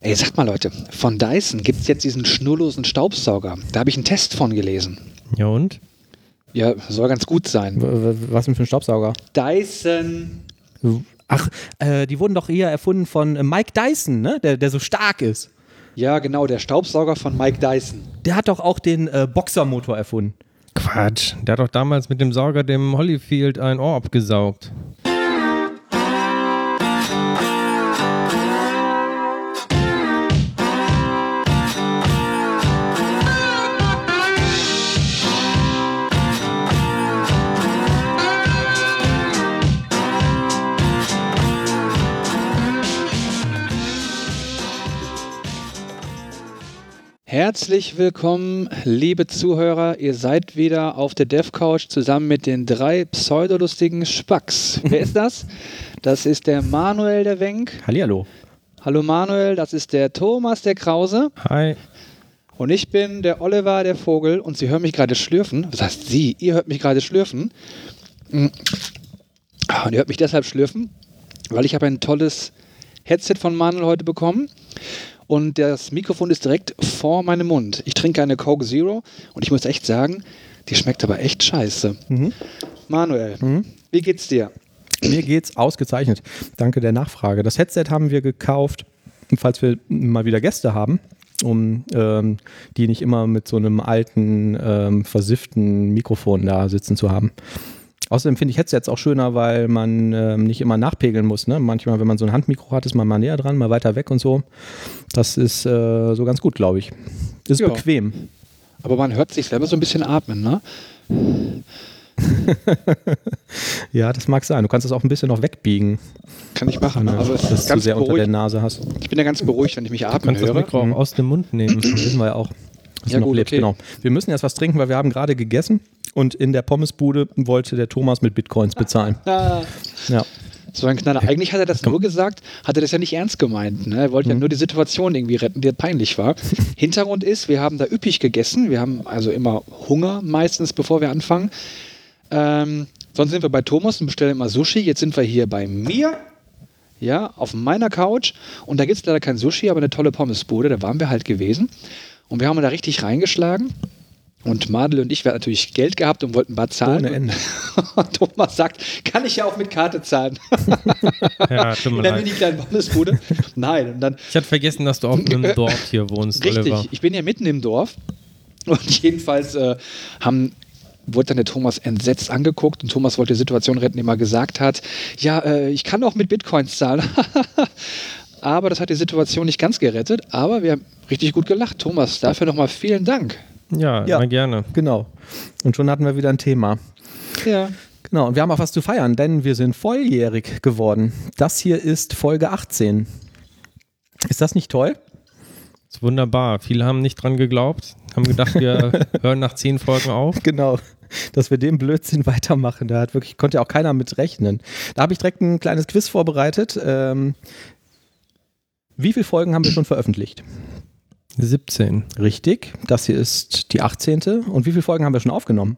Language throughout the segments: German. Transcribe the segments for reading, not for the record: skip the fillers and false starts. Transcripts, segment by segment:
Ey, sag mal Leute, von Dyson gibt es jetzt diesen schnurlosen Staubsauger. Da habe ich einen Test von gelesen. Ja und? Ja, soll ganz gut sein. Was denn für ein Staubsauger? Dyson. Ach, die wurden doch eher erfunden von Mike Dyson, ne? Der so stark ist. Ja, genau, der Staubsauger von Mike Dyson. Der hat doch auch den Boxermotor erfunden. Quatsch, der hat doch damals mit dem Sauger dem Holyfield ein Ohr abgesaugt. Herzlich willkommen, liebe Zuhörer. Ihr seid wieder auf der DevCouch zusammen mit den 3 pseudolustigen Spacks. Wer ist das? Das ist der Manuel der Wenk. Hallihallo. Hallo Manuel, das ist der Thomas der Krause. Hi. Und ich bin der Oliver der Vogel und Sie hören mich gerade schlürfen. Was heißt Sie? Ihr hört mich gerade schlürfen. Und ihr hört mich deshalb schlürfen, weil ich habe ein tolles Headset von Manuel heute bekommen. Und das Mikrofon ist direkt vor meinem Mund. Ich trinke eine Coke Zero und ich muss echt sagen, die schmeckt aber echt scheiße. Manuel, wie geht's dir? Mir geht's ausgezeichnet. Danke der Nachfrage. Das Headset haben wir gekauft, falls wir mal wieder Gäste haben, um die nicht immer mit so einem alten, versifften Mikrofon da sitzen zu haben. Außerdem finde ich Headsets auch schöner, weil man nicht immer nachpegeln muss. Ne? Manchmal, wenn man so ein Handmikro hat, ist man mal näher dran, mal weiter weg und so. Das ist so ganz gut, glaube ich. Ist Ja. bequem. Aber man hört sich selber so ein bisschen atmen, ne? Ja, das mag sein. Du kannst es auch ein bisschen noch wegbiegen, Kann ich machen. Also es dass ist du ganz sehr unter der beruhigt. Nase hast. Ich bin ja ganz beruhigt, wenn ich mich Du atmen kannst das höre. Mikro auch aus dem Mund nehmen. Das wissen wir ja auch. Dass Ja, du noch gut, lebst. okay. Genau. Wir müssen erst was trinken, weil wir haben gerade gegessen und in der Pommesbude wollte der Thomas mit Bitcoins bezahlen. Ah, Ja. so ein Knaller. Eigentlich hat er das nur gesagt, hat er das ja nicht ernst gemeint. Ne? Er wollte ja nur die Situation irgendwie retten, die peinlich war. Hintergrund ist, wir haben da üppig gegessen. Wir haben also immer Hunger meistens, bevor wir anfangen. Sonst sind wir bei Thomas und bestellen immer Sushi. Jetzt sind wir hier bei mir, ja, auf meiner Couch. Und da gibt es leider kein Sushi, aber eine tolle Pommesbude. Da waren wir halt gewesen. Und wir haben da richtig reingeschlagen. Und Madel und ich, wir hatten natürlich Geld gehabt und wollten bar zahlen. Ohne Ende. Und Thomas sagt, kann ich ja auch mit Karte zahlen. Ja, tut mir In der leid. mini kleinen Pommesbude. Nein, und dann Ich hatte vergessen, dass du auch in einem Dorf hier wohnst, richtig, Oliver. ich bin ja mitten im Dorf. Und jedenfalls wurde dann der Thomas entsetzt angeguckt und Thomas wollte die Situation retten, indem er gesagt hat, ja, ich kann auch mit Bitcoins zahlen. Aber das hat die Situation nicht ganz gerettet, aber wir haben richtig gut gelacht. Thomas, dafür nochmal vielen Dank. Ja, Ja. immer gerne. Genau. Und schon hatten wir wieder ein Thema. Ja. Genau, und wir haben auch was zu feiern, denn wir sind volljährig geworden. Das hier ist Folge 18. Ist das nicht toll? Das ist wunderbar. Viele haben nicht dran geglaubt, haben gedacht, wir hören nach 10 Folgen auf. Genau, dass wir den Blödsinn weitermachen. Da konnte ja auch keiner mit rechnen. Da habe ich direkt ein kleines Quiz vorbereitet. Wie viele Folgen haben wir schon veröffentlicht? 17. Richtig, das hier ist die 18. Und wie viele Folgen haben wir schon aufgenommen?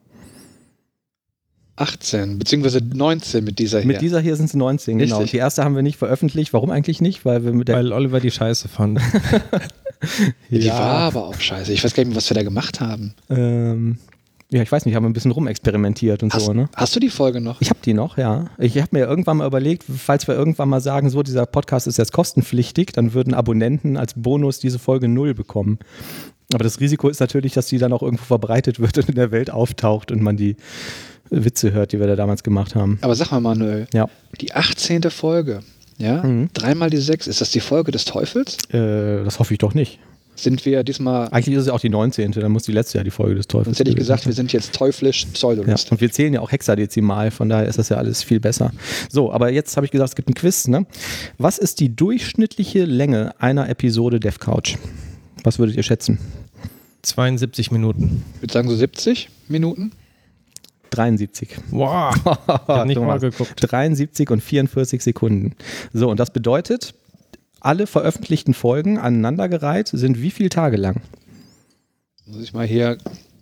18, beziehungsweise 19 mit dieser hier. Mit dieser hier sind es 19, genau. Richtig. Die erste haben wir nicht veröffentlicht. Warum eigentlich nicht? Weil wir mit der Weil Oliver die Scheiße fand. Die war aber auch scheiße. Ich weiß gar nicht mehr, was wir da gemacht haben. ja, ich weiß nicht, haben wir ein bisschen rumexperimentiert und so, ne? Hast du die Folge noch? Ich habe die noch, ja. Ich habe mir irgendwann mal überlegt, falls wir irgendwann mal sagen, so, dieser Podcast ist jetzt kostenpflichtig, dann würden Abonnenten als Bonus diese Folge 0 bekommen. Aber das Risiko ist natürlich, dass die dann auch irgendwo verbreitet wird und in der Welt auftaucht und man die Witze hört, die wir da damals gemacht haben. Aber sag mal, Manuel, Ja. die 18. Folge, ja? 3 mal die 6, ist das die Folge des Teufels? Das hoffe ich doch nicht. Sind wir diesmal, Eigentlich ist es auch die 19., dann muss die letzte ja die Folge des Teufels sonst hätte ich gewesen gesagt, sein. wir sind jetzt teuflisch Ja, Pseudolust. und wir zählen ja auch hexadezimal, von daher ist das ja alles viel besser. So, aber jetzt habe ich gesagt, es gibt ein Quiz, ne? Was ist die durchschnittliche Länge einer Episode DevCouch? Was würdet ihr schätzen? 72 Minuten. Ich würde sagen so 70 Minuten. 73. Wow. Ich hab nicht mal Thomas, geguckt. 73 und 44 Sekunden. So, und das bedeutet, alle veröffentlichten Folgen aneinandergereiht sind wie viele Tage lang? Muss ich mal hier.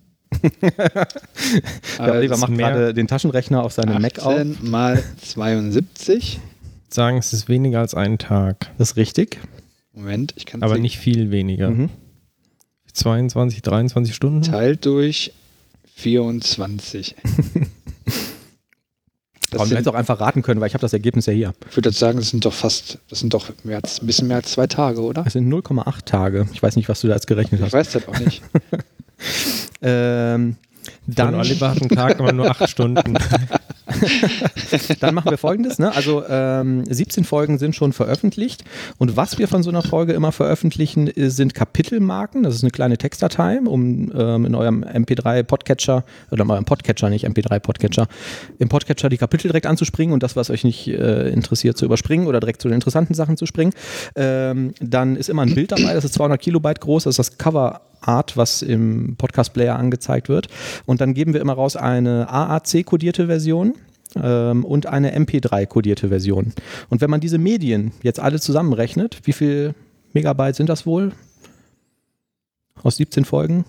Der Oliver macht mehr- gerade den Taschenrechner auf seinem Mac auf. 18 mal 72. Sagen, es ist weniger als ein Tag. Das ist richtig. Moment, ich kann Aber nicht viel weniger. 22, 23 Stunden? Teilt durch 24. Aber du hättest auch einfach raten können, weil ich habe das Ergebnis ja hier. Ich würde jetzt sagen, das sind doch ein bisschen mehr als 2 Tage, oder? Es sind 0,8 Tage. Ich weiß nicht, was du da jetzt gerechnet hast. Ich weiß das auch nicht. Dann Von Oliver hat einen Tag aber nur 8 Stunden. Dann machen wir Folgendes, ne? Also 17 Folgen sind schon veröffentlicht und was wir von so einer Folge immer veröffentlichen, sind Kapitelmarken. Das ist eine kleine Textdatei, um in eurem MP3-Podcatcher oder in eurem Podcatcher, nicht MP3-Podcatcher, im Podcatcher die Kapitel direkt anzuspringen und das, was euch nicht interessiert, zu überspringen oder direkt zu den interessanten Sachen zu springen. Dann ist immer ein Bild dabei, das ist 200 Kilobyte groß, das ist das Cover-Art, was im Podcast-Player angezeigt wird. Und dann geben wir immer raus eine AAC-kodierte Version und eine MP3-kodierte Version. Und wenn man diese Medien jetzt alle zusammenrechnet, wie viel Megabyte sind das wohl? Aus 17 Folgen?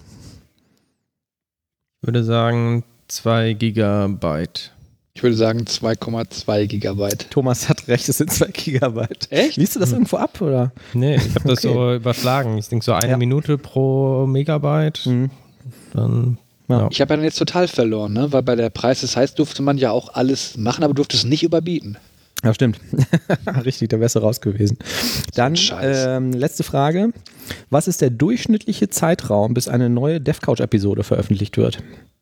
Ich würde sagen 2 Gigabyte. Ich würde sagen 2,2 Gigabyte. Thomas hat recht, es sind 2 Gigabyte. Echt? Liest du das irgendwo ab, oder? Nee, ich habe das so überschlagen. Ich denke so 1 Minute pro Megabyte. Dann... Ja. Ich habe ja dann jetzt total verloren, ne? Weil bei der Preis des Heiß durfte man ja auch alles machen, aber durfte es nicht überbieten. Ja, stimmt. Richtig, da wärst du raus gewesen. Dann letzte Frage. Was ist der durchschnittliche Zeitraum, bis eine neue DevCouch-Episode veröffentlicht wird?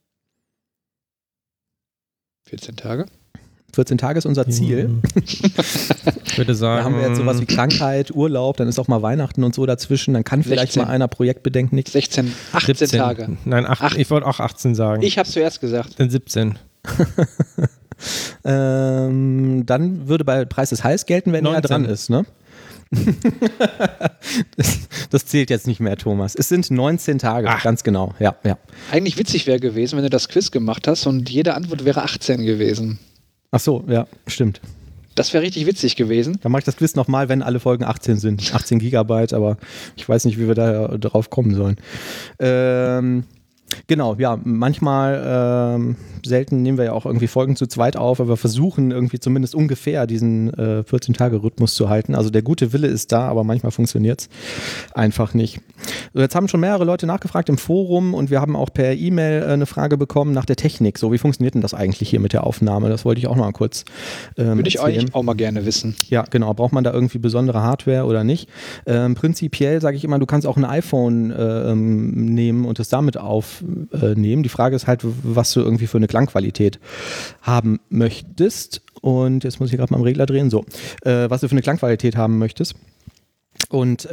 14 Tage. 14 Tage ist unser Ziel. Ich würde sagen... Da haben wir jetzt sowas wie Krankheit, Urlaub, dann ist auch mal Weihnachten und so dazwischen. Dann kann vielleicht 16. mal einer Projektbedenken nicht. 18 17. Tage. Nein, 8. Ich wollte auch 18 sagen. Ich habe es zuerst gesagt. Dann 17. Dann würde bei Preis des Heiß gelten, wenn er dran ist, ne? Das zählt jetzt nicht mehr, Thomas. Es sind 19 Tage, ganz genau. Ja. Eigentlich witzig wäre gewesen, wenn du das Quiz gemacht hast und jede Antwort wäre 18 gewesen. Ach so, ja, stimmt. Das wäre richtig witzig gewesen. Dann mache ich das Quiz nochmal, wenn alle Folgen 18 sind. 18 Gigabyte, aber ich weiß nicht, wie wir da drauf kommen sollen. Genau, ja, manchmal, selten nehmen wir ja auch irgendwie Folgen zu zweit auf, aber wir versuchen irgendwie zumindest ungefähr diesen 14-Tage-Rhythmus zu halten. Also der gute Wille ist da, aber manchmal funktioniert es einfach nicht. So, jetzt haben schon mehrere Leute nachgefragt im Forum und wir haben auch per E-Mail eine Frage bekommen nach der Technik. So, wie funktioniert denn das eigentlich hier mit der Aufnahme? Das wollte ich auch noch mal kurz Würde ich eigentlich auch mal gerne wissen. Ja, genau. Braucht man da irgendwie besondere Hardware oder nicht? Prinzipiell sage ich immer, du kannst auch ein iPhone nehmen und es damit aufnehmen. Die Frage ist halt, was du irgendwie für eine Klangqualität haben möchtest. Und jetzt muss ich gerade mal am Regler drehen. So, was du für eine Klangqualität haben möchtest. Und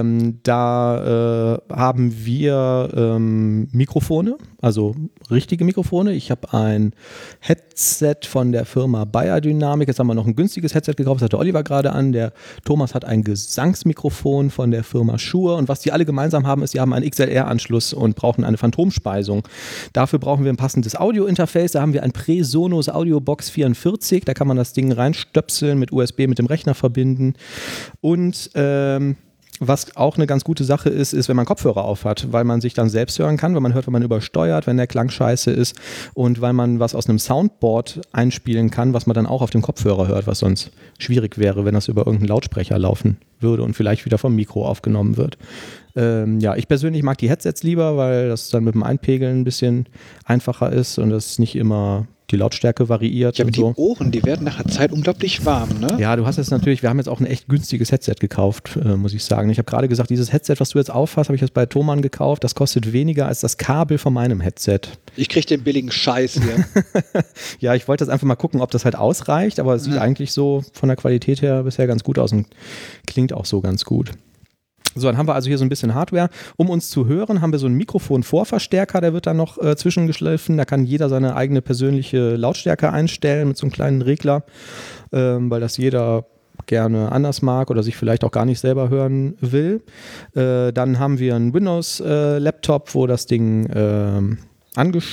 da haben wir Mikrofone, also richtige Mikrofone. Ich habe ein Headset von der Firma Bayer Dynamic. Jetzt haben wir noch ein günstiges Headset gekauft, das hat der Oliver gerade an. Der Thomas hat ein Gesangsmikrofon von der Firma Shure. Und was die alle gemeinsam haben, ist, sie haben einen XLR-Anschluss und brauchen eine Phantomspeisung. Dafür brauchen wir ein passendes Audio-Interface. Da haben wir ein PreSonus Audiobox 44. Da kann man das Ding reinstöpseln, mit USB mit dem Rechner verbinden. Und was auch eine ganz gute Sache ist, wenn man Kopfhörer auf hat, weil man sich dann selbst hören kann, wenn man hört, wenn man übersteuert, wenn der Klang scheiße ist und weil man was aus einem Soundboard einspielen kann, was man dann auch auf dem Kopfhörer hört, was sonst schwierig wäre, wenn das über irgendeinen Lautsprecher laufen würde und vielleicht wieder vom Mikro aufgenommen wird. Ja, ich persönlich mag die Headsets lieber, weil das dann mit dem Einpegeln ein bisschen einfacher ist und das nicht immer die Lautstärke variiert. Ja, aber und die so. Ohren, die werden nach der Zeit unglaublich warm, ne? Ja, du hast jetzt natürlich, wir haben jetzt auch ein echt günstiges Headset gekauft, muss ich sagen. Ich habe gerade gesagt, dieses Headset, was du jetzt aufhast, habe ich jetzt bei Thomann gekauft. Das kostet weniger als das Kabel von meinem Headset. Ich kriege den billigen Scheiß hier. Ja, ich wollte jetzt einfach mal gucken, ob das halt ausreicht, aber es sieht eigentlich so von der Qualität her bisher ganz gut aus und klingt auch so ganz gut. So, dann haben wir also hier so ein bisschen Hardware. Um uns zu hören, haben wir so einen Mikrofon-Vorverstärker, der wird dann noch zwischengeschliffen. Da kann jeder seine eigene persönliche Lautstärke einstellen mit so einem kleinen Regler, weil das jeder gerne anders mag oder sich vielleicht auch gar nicht selber hören will. Dann haben wir einen Windows-Laptop, wo das Ding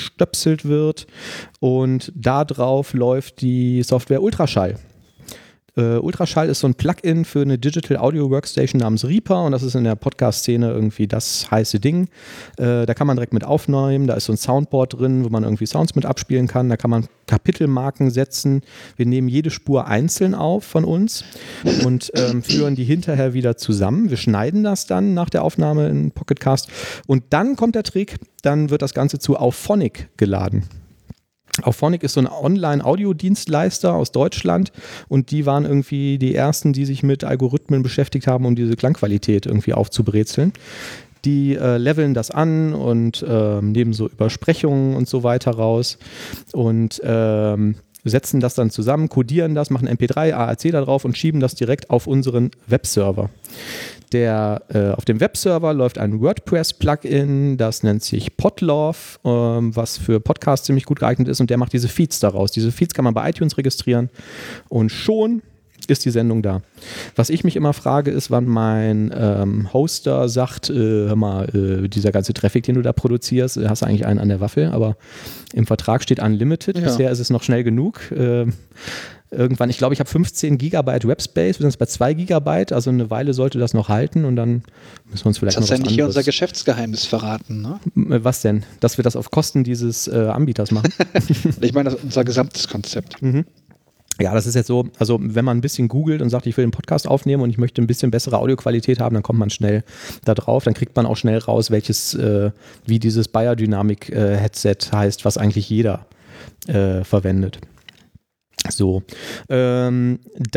angestöpselt wird und da drauf läuft die Software Ultraschall. Ultraschall ist so ein Plugin für eine Digital Audio Workstation namens Reaper und das ist in der Podcast-Szene irgendwie das heiße Ding. Da kann man direkt mit aufnehmen, da ist so ein Soundboard drin, wo man irgendwie Sounds mit abspielen kann, da kann man Kapitelmarken setzen. Wir nehmen jede Spur einzeln auf von uns und führen die hinterher wieder zusammen. Wir schneiden das dann nach der Aufnahme in Pocketcast und dann kommt der Trick, dann wird das Ganze zu Auphonic geladen. Auphonic ist so ein Online-Audiodienstleister aus Deutschland und die waren irgendwie die ersten, die sich mit Algorithmen beschäftigt haben, um diese Klangqualität irgendwie aufzubrezeln. Die leveln das an und nehmen so Übersprechungen und so weiter raus und setzen das dann zusammen, codieren das, machen MP3, AAC da drauf und schieben das direkt auf unseren Webserver. Auf dem Webserver läuft ein WordPress-Plugin, das nennt sich Podlove, was für Podcasts ziemlich gut geeignet ist und der macht diese Feeds daraus. Diese Feeds kann man bei iTunes registrieren und schon ist die Sendung da. Was ich mich immer frage, ist, wann mein Hoster sagt, hör mal, dieser ganze Traffic, den du da produzierst, hast du eigentlich einen an der Waffel, aber im Vertrag steht Unlimited. Ja. Bisher ist es noch schnell genug. Irgendwann, ich glaube, ich habe 15 Gigabyte Webspace, wir sind jetzt bei 2 Gigabyte, also eine Weile sollte das noch halten und dann müssen wir uns vielleicht noch was anderes... Das ist ja nicht hier unser Geschäftsgeheimnis verraten, ne? Was denn? Dass wir das auf Kosten dieses Anbieters machen? Ich meine, das ist unser gesamtes Konzept. Mhm. Ja, das ist jetzt so, also wenn man ein bisschen googelt und sagt, ich will einen Podcast aufnehmen und ich möchte ein bisschen bessere Audioqualität haben, dann kommt man schnell da drauf, dann kriegt man auch schnell raus, wie dieses Biodynamic-Headset heißt, was eigentlich jeder verwendet. So, dann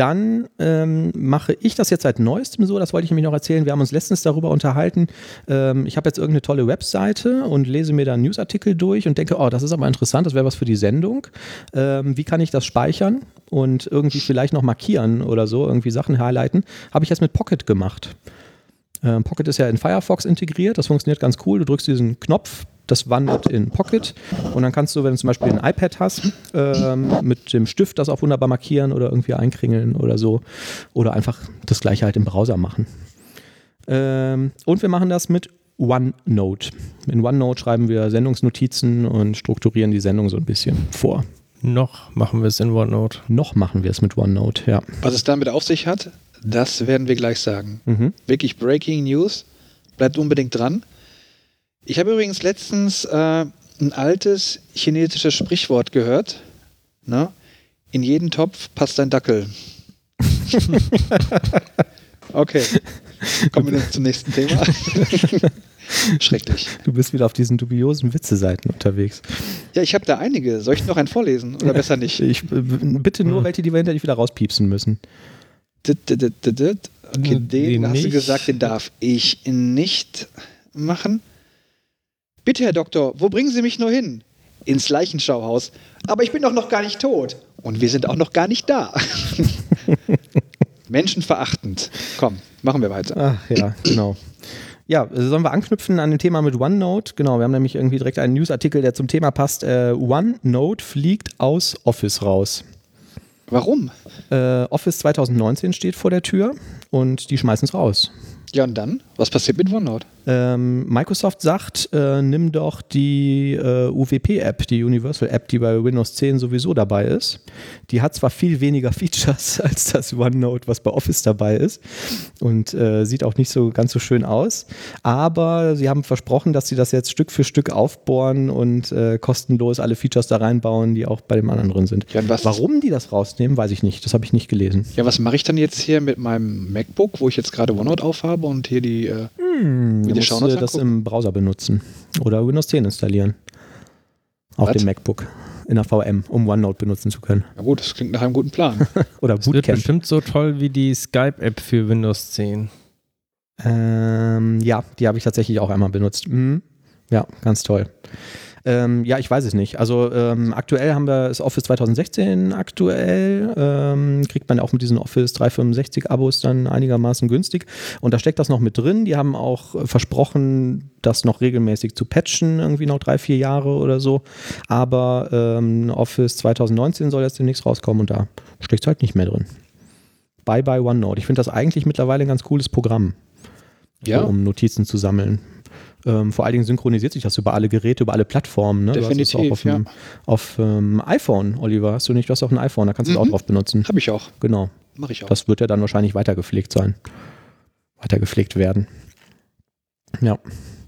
mache ich das jetzt seit neuestem so, das wollte ich nämlich noch erzählen, wir haben uns letztens darüber unterhalten, ich habe jetzt irgendeine tolle Webseite und lese mir da einen Newsartikel durch und denke, oh, das ist aber interessant, das wäre was für die Sendung, wie kann ich das speichern und irgendwie vielleicht noch markieren oder so, irgendwie Sachen highlighten, habe ich jetzt mit Pocket gemacht. Pocket ist ja in Firefox integriert, das funktioniert ganz cool, du drückst diesen Knopf, das wandert in Pocket und dann kannst du, wenn du zum Beispiel ein iPad hast, mit dem Stift das auch wunderbar markieren oder irgendwie einkringeln oder so oder einfach das gleiche halt im Browser machen. Und wir machen das mit OneNote. In OneNote schreiben wir Sendungsnotizen und strukturieren die Sendung so ein bisschen vor. Noch machen wir es in OneNote. Noch machen wir es mit OneNote, ja. Was es damit auf sich hat, das werden wir gleich sagen. Wirklich Breaking News, bleibt unbedingt dran. Ich habe übrigens letztens ein altes chinesisches Sprichwort gehört. Ne? In jeden Topf passt ein Dackel. Okay, kommen wir zum nächsten Thema. Schrecklich. Du bist wieder auf diesen dubiosen Witze-Seiten unterwegs. Ja, ich habe da einige. Soll ich noch einen vorlesen oder besser nicht? Bitte nur welche, die wir hinter dich wieder rauspiepsen müssen. Okay, den hast du gesagt, den darf ich nicht machen. Bitte, Herr Doktor, wo bringen Sie mich nur hin? Ins Leichenschauhaus. Aber ich bin doch noch gar nicht tot. Und wir sind auch noch gar nicht da. Menschenverachtend. Komm, machen wir weiter. Ach ja, genau. Ja, sollen wir anknüpfen an dem Thema mit OneNote? Genau, wir haben nämlich irgendwie direkt einen Newsartikel, der zum Thema passt. OneNote fliegt aus Office raus. Warum? Office 2019 steht vor der Tür und die schmeißen es raus. Ja, und dann? Was passiert mit OneNote? Microsoft sagt, nimm doch die UWP-App, die Universal-App, die bei Windows 10 sowieso dabei ist. Die hat zwar viel weniger Features als das OneNote, was bei Office dabei ist und sieht auch nicht so ganz so schön aus, aber sie haben versprochen, dass sie das jetzt Stück für Stück aufbohren und kostenlos alle Features da reinbauen, die auch bei dem anderen drin sind. Ja, warum die das rausnehmen, weiß ich nicht. Das habe ich nicht gelesen. Ja, was mache ich dann jetzt hier mit meinem MacBook, wo ich jetzt gerade OneNote aufhabe und hier die du musst das im Browser benutzen oder Windows 10 installieren. Auf dem MacBook in der VM, um OneNote benutzen zu können. Ja gut, das klingt nach einem guten Plan. Oder Bootcamp. Das wird bestimmt so toll wie die Skype-App für Windows 10. Ja, die habe ich tatsächlich auch einmal benutzt. Ja, ganz toll. Ja, ich weiß es nicht. Also aktuell haben wir das Office 2016 aktuell. Kriegt man auch mit diesen Office 365 Abos dann einigermaßen günstig. Und da steckt das noch mit drin. Die haben auch versprochen, das noch regelmäßig zu patchen, irgendwie noch 3-4 Jahre oder so. Aber Office 2019 soll jetzt demnächst rauskommen und da steckt es halt nicht mehr drin. Bye bye OneNote. Ich finde das eigentlich mittlerweile ein ganz cooles Programm, ja, um Notizen zu sammeln. Vor allen Dingen synchronisiert sich das über alle Geräte, über alle Plattformen. Ne? Definitiv, du hast es auch auf iPhone, Oliver. Du hast auch ein iPhone, da kannst du es auch drauf benutzen. Habe ich auch. Genau. mache ich auch. Das wird ja dann wahrscheinlich weitergepflegt werden. Ja.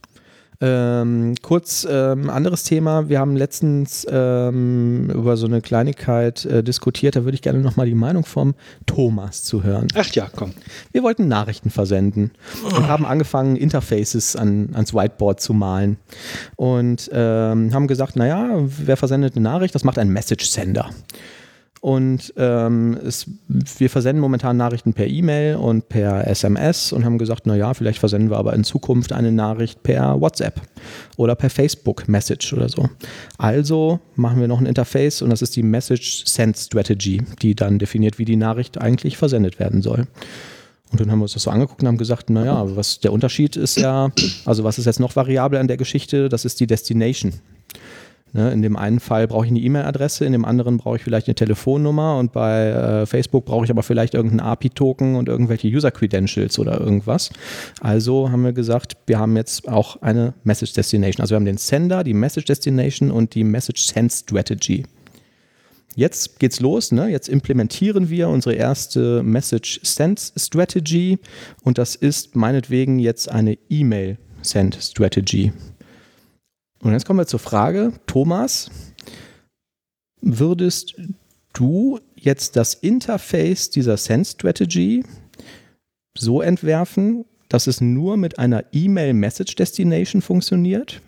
Kurz anderes Thema. Wir haben letztens über so eine Kleinigkeit diskutiert. Da würde ich gerne nochmal die Meinung vom Thomas zu hören. Ach ja, komm. Wir wollten Nachrichten versenden und haben angefangen, Interfaces ans Whiteboard zu malen. Und haben gesagt, naja, wer versendet eine Nachricht? Das macht ein Message-Sender. Und wir versenden momentan Nachrichten per E-Mail und per SMS und haben gesagt, naja, vielleicht versenden wir aber in Zukunft eine Nachricht per WhatsApp oder per Facebook Message oder so. Also machen wir noch ein Interface und das ist die Message Send Strategy, die dann definiert, wie die Nachricht eigentlich versendet werden soll. Und dann haben wir uns das so angeguckt und haben gesagt, naja, was der Unterschied ist ja, also was ist jetzt noch variabel an der Geschichte, das ist die Destination. Ne, in dem einen Fall brauche ich eine E-Mail-Adresse, in dem anderen brauche ich vielleicht eine Telefonnummer und bei Facebook brauche ich aber vielleicht irgendeinen API-Token und irgendwelche User-Credentials oder irgendwas. Also haben wir gesagt, wir haben jetzt auch eine Message-Destination. Also wir haben den Sender, die Message-Destination und die Message-Send-Strategy. Jetzt geht's los, ne? Jetzt implementieren wir unsere erste Message-Send-Strategy und das ist meinetwegen jetzt eine E-Mail-Send-Strategy. Und jetzt kommen wir zur Frage, Thomas, würdest du jetzt das Interface dieser Send-Strategy so entwerfen, dass es nur mit einer E-Mail-Message-Destination funktioniert?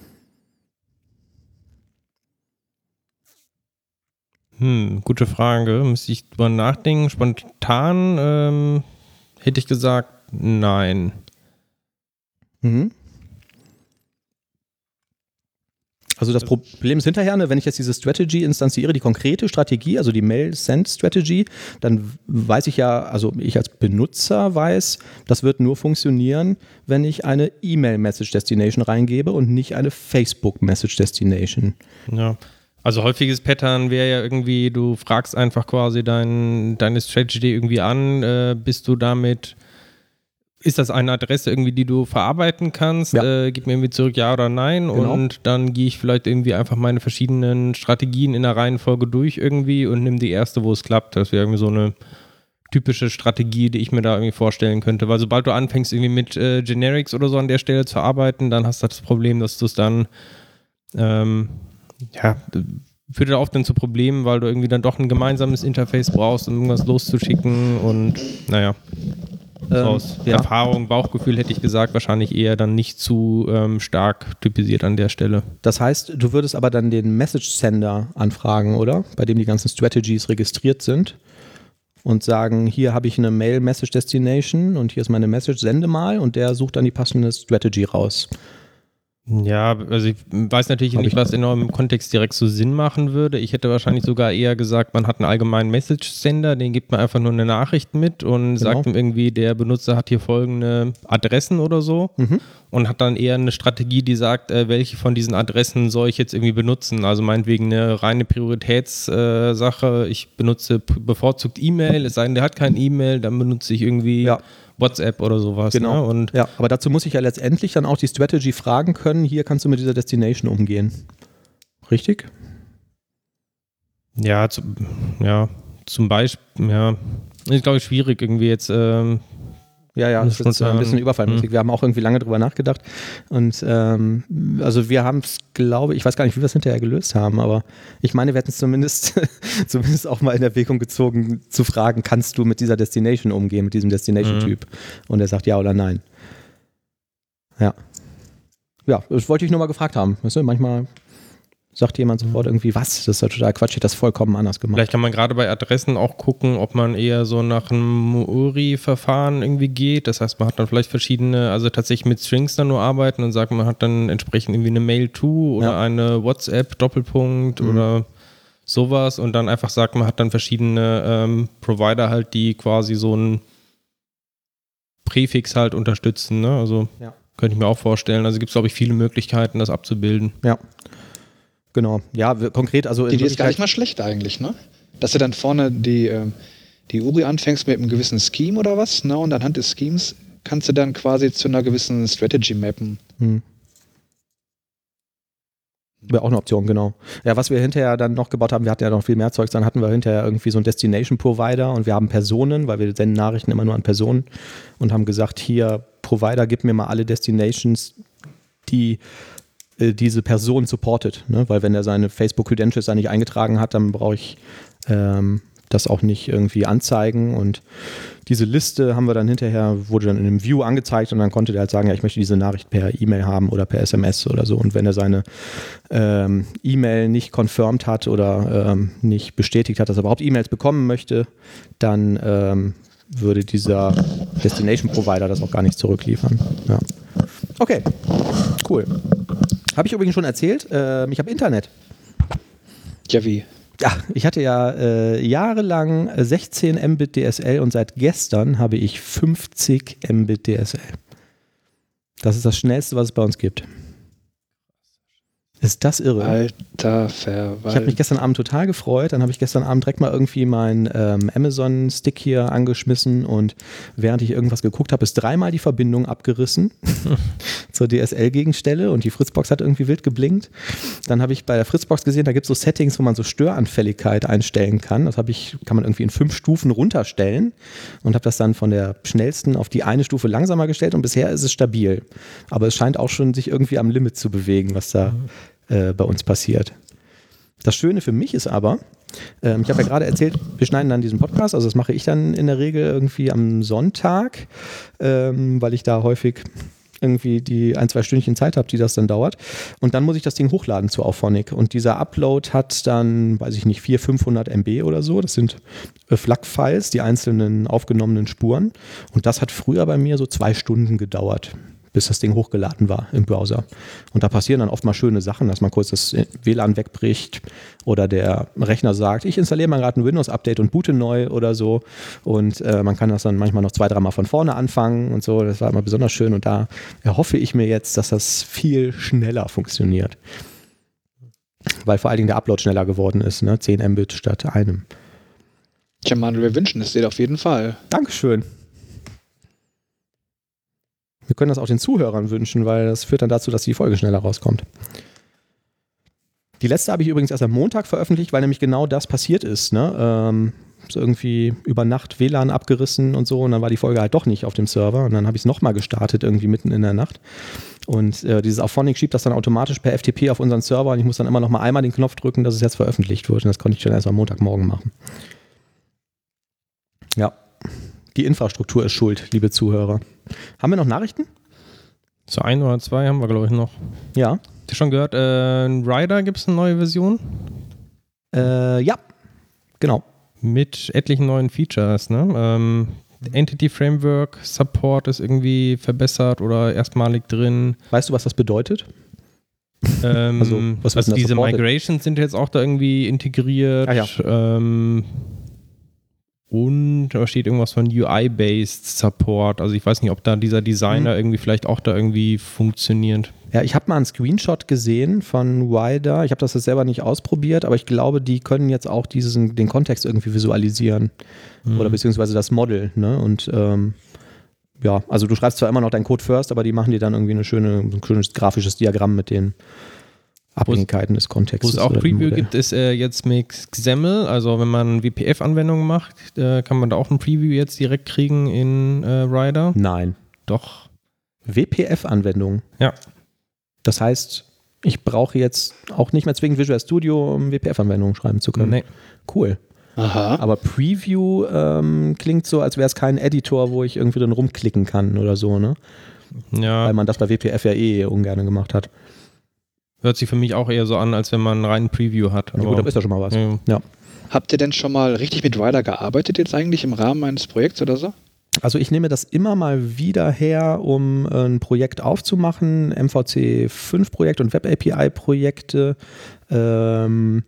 Gute Frage. Müsste ich drüber nachdenken. Spontan hätte ich gesagt, nein. Also das Problem ist hinterher, ne, wenn ich jetzt diese Strategy instanziere, die konkrete Strategie, also die Mail-Send-Strategy, dann weiß ich ja, also ich als Benutzer weiß, das wird nur funktionieren, wenn ich eine E-Mail-Message-Destination reingebe und nicht eine Facebook-Message-Destination. Ja. Also häufiges Pattern wäre ja irgendwie, du fragst einfach quasi deine Strategy irgendwie an, bist du damit, ist das eine Adresse irgendwie, die du verarbeiten kannst, Ja. Gib mir irgendwie zurück ja oder nein, Genau. Und dann gehe ich vielleicht irgendwie einfach meine verschiedenen Strategien in der Reihenfolge durch irgendwie und nimm die erste, wo es klappt. Das wäre irgendwie so eine typische Strategie, die ich mir da irgendwie vorstellen könnte, weil sobald du anfängst irgendwie mit Generics oder so an der Stelle zu arbeiten, dann hast du das Problem, dass du es dann führt ja oft dann zu Problemen, weil du irgendwie dann doch ein gemeinsames Interface brauchst, um irgendwas loszuschicken und naja, so aus Erfahrung, Bauchgefühl hätte ich gesagt, wahrscheinlich eher dann nicht zu stark typisiert an der Stelle. Das heißt, du würdest aber dann den Message-Sender anfragen, oder? Bei dem die ganzen Strategies registriert sind und sagen, hier habe ich eine Mail-Message-Destination und hier ist meine Message, sende mal und der sucht dann die passende Strategy raus. Ja, also ich weiß natürlich nicht, was in eurem Kontext direkt so Sinn machen würde. Ich hätte wahrscheinlich sogar eher gesagt, man hat einen allgemeinen Message-Sender, den gibt man einfach nur eine Nachricht mit und sagt ihm irgendwie, der Benutzer hat hier folgende Adressen oder so und hat dann eher eine Strategie, die sagt, welche von diesen Adressen soll ich jetzt irgendwie benutzen. Also meinetwegen eine reine Prioritätssache, ich benutze bevorzugt E-Mail, es sei denn, der hat kein E-Mail, dann benutze ich irgendwie WhatsApp oder sowas. Genau. Ne? Und ja, aber dazu muss ich ja letztendlich dann auch die Strategy fragen können, hier kannst du mit dieser Destination umgehen. Richtig? Ja, zum Beispiel, ist glaube ich schwierig irgendwie jetzt. Das ist ein bisschen überfallmäßig. Wir haben auch irgendwie lange drüber nachgedacht und also wir haben es, glaube ich weiß gar nicht, wie wir es hinterher gelöst haben, aber ich meine, wir hätten es zumindest auch mal in Erwägung gezogen, zu fragen, kannst du mit dieser Destination umgehen, mit diesem Destination-Typ? Und er sagt ja oder nein. Ja. Ja, das wollte ich nur mal gefragt haben. Weißt du, manchmal sagt jemand sofort irgendwie, was? Das ist ja total Quatsch, ich hätte das vollkommen anders gemacht. Vielleicht kann man gerade bei Adressen auch gucken, ob man eher so nach einem URI-Verfahren irgendwie geht. Das heißt, man hat dann vielleicht verschiedene, also tatsächlich mit Strings dann nur arbeiten und sagt, man hat dann entsprechend irgendwie eine Mail-to oder eine WhatsApp-Doppelpunkt oder sowas und dann einfach sagt, man hat dann verschiedene Provider halt, die quasi so einen Präfix halt unterstützen. Ne? Also könnte ich mir auch vorstellen. Also gibt es, glaube ich, viele Möglichkeiten, das abzubilden. Ja. Genau, ja, konkret, also die Idee ist gar nicht mal schlecht eigentlich, ne? Dass du dann vorne die URI anfängst mit einem gewissen Scheme oder was, ne? Und anhand des Schemes kannst du dann quasi zu einer gewissen Strategy mappen. Wäre auch eine Option, genau. Ja, was wir hinterher dann noch gebaut haben, wir hatten ja noch viel mehr Zeugs, dann hatten wir hinterher irgendwie so einen Destination-Provider und wir haben Personen, weil wir senden Nachrichten immer nur an Personen und haben gesagt, hier, Provider, gib mir mal alle Destinations, die diese Person supportet, ne? Weil wenn er seine Facebook-Credentials da nicht eingetragen hat, dann brauche ich das auch nicht irgendwie anzeigen und diese Liste haben wir dann hinterher, wurde dann in einem View angezeigt und dann konnte der halt sagen, ja, ich möchte diese Nachricht per E-Mail haben oder per SMS oder so und wenn er seine E-Mail nicht confirmed hat oder nicht bestätigt hat, dass er überhaupt E-Mails bekommen möchte, dann würde dieser Destination-Provider das auch gar nicht zurückliefern. Ja. Okay, cool. Habe ich übrigens schon erzählt, ich habe Internet. Ja, wie? Ja, ich hatte ja jahrelang 16 Mbit DSL und seit gestern habe ich 50 Mbit DSL. Das ist das Schnellste, was es bei uns gibt. Ist das irre? Alter Verwalter. Ich habe mich gestern Abend total gefreut. Dann habe ich gestern Abend direkt mal irgendwie meinen Amazon-Stick hier angeschmissen und während ich irgendwas geguckt habe, ist dreimal die Verbindung abgerissen zur DSL-Gegenstelle und die Fritzbox hat irgendwie wild geblinkt. Dann habe ich bei der Fritzbox gesehen, da gibt es so Settings, wo man so Störanfälligkeit einstellen kann. Das kann man irgendwie in 5 Stufen runterstellen und habe das dann von der schnellsten auf die eine Stufe langsamer gestellt und bisher ist es stabil. Aber es scheint auch schon sich irgendwie am Limit zu bewegen, was da bei uns passiert. Das Schöne für mich ist aber, ich habe ja gerade erzählt, wir schneiden dann diesen Podcast, also das mache ich dann in der Regel irgendwie am Sonntag, weil ich da häufig irgendwie die 1-2 Stündchen Zeit habe, die das dann dauert. Und dann muss ich das Ding hochladen zu Auphonic. Und dieser Upload hat dann, weiß ich nicht, 400-500 MB oder so. Das sind FLAC-Files, die einzelnen aufgenommenen Spuren. Und das hat früher bei mir so 2 Stunden gedauert, bis das Ding hochgeladen war im Browser. Und da passieren dann oft mal schöne Sachen, dass man kurz das WLAN wegbricht oder der Rechner sagt, ich installiere mal gerade ein Windows-Update und boote neu oder so. Und man kann das dann manchmal noch 2-3 Mal von vorne anfangen und so. Das war immer besonders schön. Und da erhoffe ich mir jetzt, dass das viel schneller funktioniert. Weil vor allen Dingen der Upload schneller geworden ist, ne? 10 Mbit statt einem. Tja, Manuel, wir wünschen es dir auf jeden Fall. Dankeschön. Wir können das auch den Zuhörern wünschen, weil das führt dann dazu, dass die Folge schneller rauskommt. Die letzte habe ich übrigens erst am Montag veröffentlicht, weil nämlich genau das passiert ist. Ne? So irgendwie über Nacht WLAN abgerissen und so und dann war die Folge halt doch nicht auf dem Server und dann habe ich es nochmal gestartet, irgendwie mitten in der Nacht. Und dieses Auphonic schiebt das dann automatisch per FTP auf unseren Server und ich muss dann immer noch mal einmal den Knopf drücken, dass es jetzt veröffentlicht wird und das konnte ich dann erst am Montagmorgen machen. Ja. Die Infrastruktur ist schuld, liebe Zuhörer. Haben wir noch Nachrichten? So 1 oder 2 haben wir, glaube ich, noch. Ja. Habt ihr schon gehört, in Rider gibt es eine neue Version? Ja, genau. Mit etlichen neuen Features, ne? Entity Framework Support ist irgendwie verbessert oder erstmalig drin. Weißt du, was das bedeutet? Was diese supported? Migrations sind jetzt auch da irgendwie integriert. Ah, ja. Und da steht irgendwas von UI-Based Support. Also ich weiß nicht, ob da dieser Designer irgendwie vielleicht auch da irgendwie funktioniert. Ja, ich habe mal einen Screenshot gesehen von Rider. Ich habe das jetzt selber nicht ausprobiert, aber ich glaube, die können jetzt auch den Kontext irgendwie visualisieren. Oder beziehungsweise das Model. Ne? Und ja, also du schreibst zwar immer noch deinen Code first, aber die machen dir dann irgendwie ein schönes grafisches Diagramm mit den Abhängigkeiten des Kontextes. Wo es auch Preview gibt, ist jetzt mit XAML. Also wenn man WPF-Anwendungen macht, kann man da auch ein Preview jetzt direkt kriegen in Rider. Nein. Doch. WPF-Anwendungen? Ja. Das heißt, ich brauche jetzt auch nicht mehr zwingend Visual Studio, um WPF-Anwendungen schreiben zu können. Nee. Cool. Aha. Aber Preview klingt so, als wäre es kein Editor, wo ich irgendwie dann rumklicken kann oder so, ne? Ja. Weil man das bei WPF ja ungern gemacht hat. Hört sich für mich auch eher so an, als wenn man einen reinen Preview hat. Ja, gut, da ist ja schon mal was. Ja. Habt ihr denn schon mal richtig mit Rider gearbeitet jetzt eigentlich im Rahmen eines Projekts oder so? Also ich nehme das immer mal wieder her, um ein Projekt aufzumachen, MVC5-Projekt und Web-API-Projekte.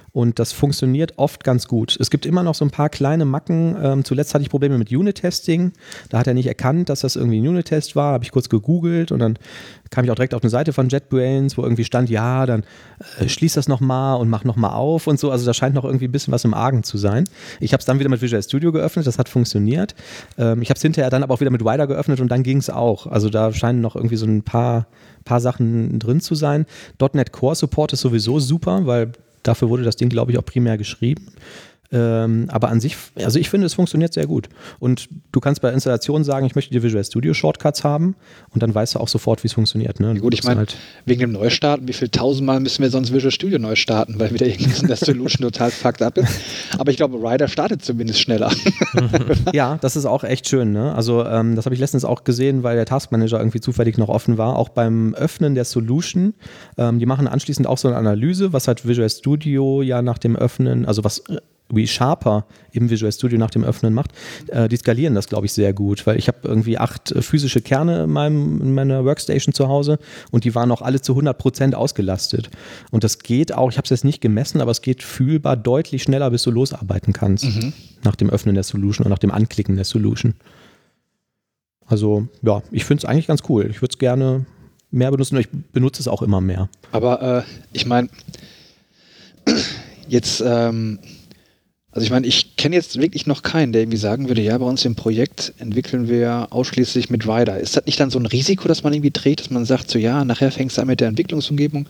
und das funktioniert oft ganz gut. Es gibt immer noch so ein paar kleine Macken. Zuletzt hatte ich Probleme mit Unit-Testing. Da hat er nicht erkannt, dass das irgendwie ein Unit-Test war. Habe ich kurz gegoogelt und dann kam ich auch direkt auf eine Seite von JetBrains, wo irgendwie stand, ja, dann schließ das nochmal und mach nochmal auf und so. Also da scheint noch irgendwie ein bisschen was im Argen zu sein. Ich habe es dann wieder mit Visual Studio geöffnet, das hat funktioniert. Ich habe es hinterher dann aber auch wieder mit Rider geöffnet und dann ging es auch. Also da scheinen noch irgendwie so ein paar Sachen drin zu sein. .NET Core Support ist sowieso super, weil dafür wurde das Ding, glaube ich, auch primär geschrieben. Aber an sich, also ich finde, es funktioniert sehr gut. Und du kannst bei Installation sagen, ich möchte die Visual Studio Shortcuts haben und dann weißt du auch sofort, wie es funktioniert. Ne? Ja, gut, ich meine, wegen dem Neustarten, wie viel tausendmal müssen wir sonst Visual Studio neu starten, weil wieder irgendwie in der Solution total fucked up ist. Aber ich glaube, Rider startet zumindest schneller. Ja, das ist auch echt schön. Ne? Also das habe ich letztens auch gesehen, weil der Task Manager irgendwie zufällig noch offen war. Auch beim Öffnen der Solution, die machen anschließend auch so eine Analyse, was halt Visual Studio ja nach dem Öffnen, also was ReSharper im Visual Studio nach dem Öffnen macht, die skalieren das, glaube ich, sehr gut, weil ich habe irgendwie 8 physische Kerne in meiner Workstation zu Hause und die waren auch alle zu 100% ausgelastet. Und das geht auch, ich habe es jetzt nicht gemessen, aber es geht fühlbar deutlich schneller, bis du losarbeiten kannst nach dem Öffnen der Solution oder nach dem Anklicken der Solution. Also ja, ich finde es eigentlich ganz cool. Ich würde es gerne mehr benutzen und ich benutze es auch immer mehr. Aber ich meine, jetzt also ich meine, ich kenne jetzt wirklich noch keinen, der irgendwie sagen würde, ja, bei uns im Projekt entwickeln wir ausschließlich mit Rider. Ist das nicht dann so ein Risiko, dass man irgendwie dreht, dass man sagt, so ja, nachher fängst du an mit der Entwicklungsumgebung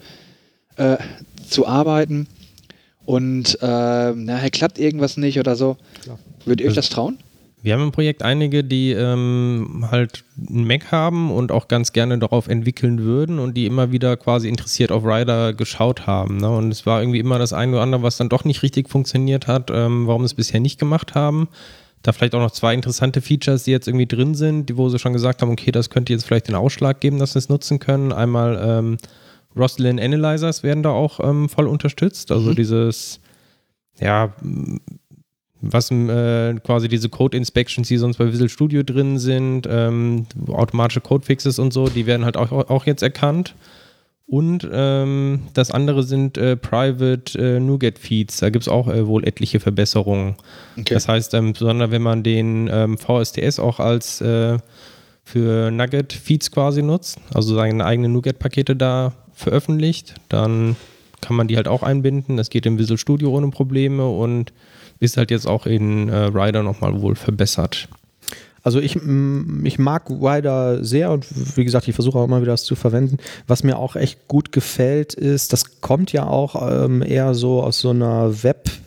zu arbeiten und nachher klappt irgendwas nicht oder so. Klar. Würdet ihr euch das trauen? Wir haben im Projekt einige, die halt einen Mac haben und auch ganz gerne darauf entwickeln würden und die immer wieder quasi interessiert auf Rider geschaut haben. Ne? Und es war irgendwie immer das eine oder andere, was dann doch nicht richtig funktioniert hat, warum es bisher nicht gemacht haben. Da vielleicht auch noch 2 interessante Features, die jetzt irgendwie drin sind, wo sie schon gesagt haben, okay, das könnte jetzt vielleicht den Ausschlag geben, dass sie es nutzen können. Einmal Roslyn Analyzers werden da auch voll unterstützt. Also dieses, ja, was quasi diese Code-Inspections, die sonst bei Visual Studio drin sind, automatische Code-Fixes und so, die werden halt auch jetzt erkannt. Und das andere sind Private NuGet-Feeds. Da gibt es auch wohl etliche Verbesserungen. Okay. Das heißt, besonders wenn man den VSTS auch als für NuGet-Feeds quasi nutzt, also seine eigenen NuGet-Pakete da veröffentlicht, dann kann man die halt auch einbinden. Das geht im Visual Studio ohne Probleme und ist halt jetzt auch in Rider nochmal wohl verbessert. Also ich mag Rider sehr und wie gesagt, ich versuche auch immer wieder das zu verwenden. Was mir auch echt gut gefällt ist, das kommt ja auch eher so aus so einer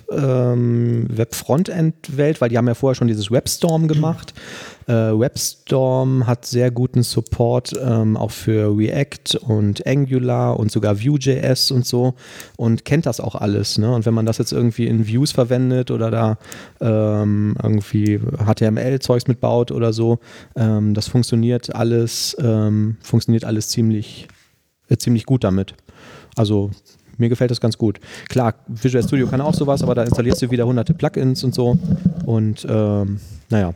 Web-Frontend-Welt, weil die haben ja vorher schon dieses WebStorm gemacht. WebStorm hat sehr guten Support auch für React und Angular und sogar Vue.js und so und kennt das auch alles. Ne? Und wenn man das jetzt irgendwie in Views verwendet oder da irgendwie HTML-Zeugs mitbaut oder so, das funktioniert alles ziemlich gut damit. Also mir gefällt das ganz gut. Klar, Visual Studio kann auch sowas, aber da installierst du wieder hunderte Plugins und so und naja.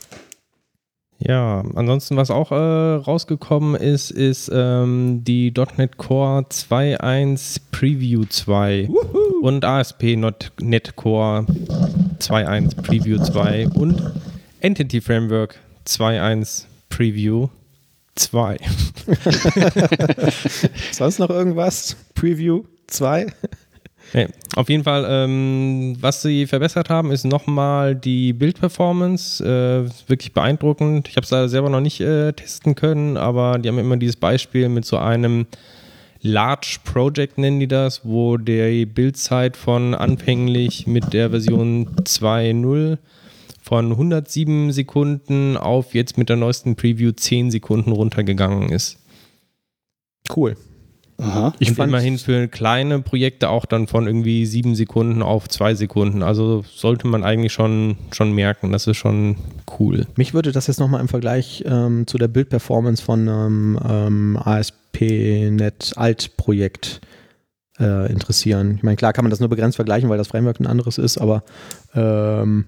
Ja, ansonsten, was auch rausgekommen ist die .NET Core 2.1 Preview 2 und ASP.NET Core 2.1 Preview 2 und Entity Framework 2.1 Preview 2. Sonst noch irgendwas? Preview 2? Nee, auf jeden Fall, was sie verbessert haben, ist nochmal die Bildperformance. Wirklich beeindruckend. Ich habe es leider selber noch nicht testen können, aber die haben immer dieses Beispiel mit so einem Large Project, nennen die das, wo die Bildzeit von anfänglich mit der Version 2.0 von 107 Sekunden auf jetzt mit der neuesten Preview 10 Sekunden runtergegangen ist. Cool. Aha. Ich fand immerhin für kleine Projekte auch dann von irgendwie 7 Sekunden auf 2 Sekunden. Also sollte man eigentlich schon merken. Das ist schon cool. Mich würde das jetzt nochmal im Vergleich zu der Bildperformance von einem ASP.NET Alt-Projekt interessieren. Ich meine, klar kann man das nur begrenzt vergleichen, weil das Framework ein anderes ist, aber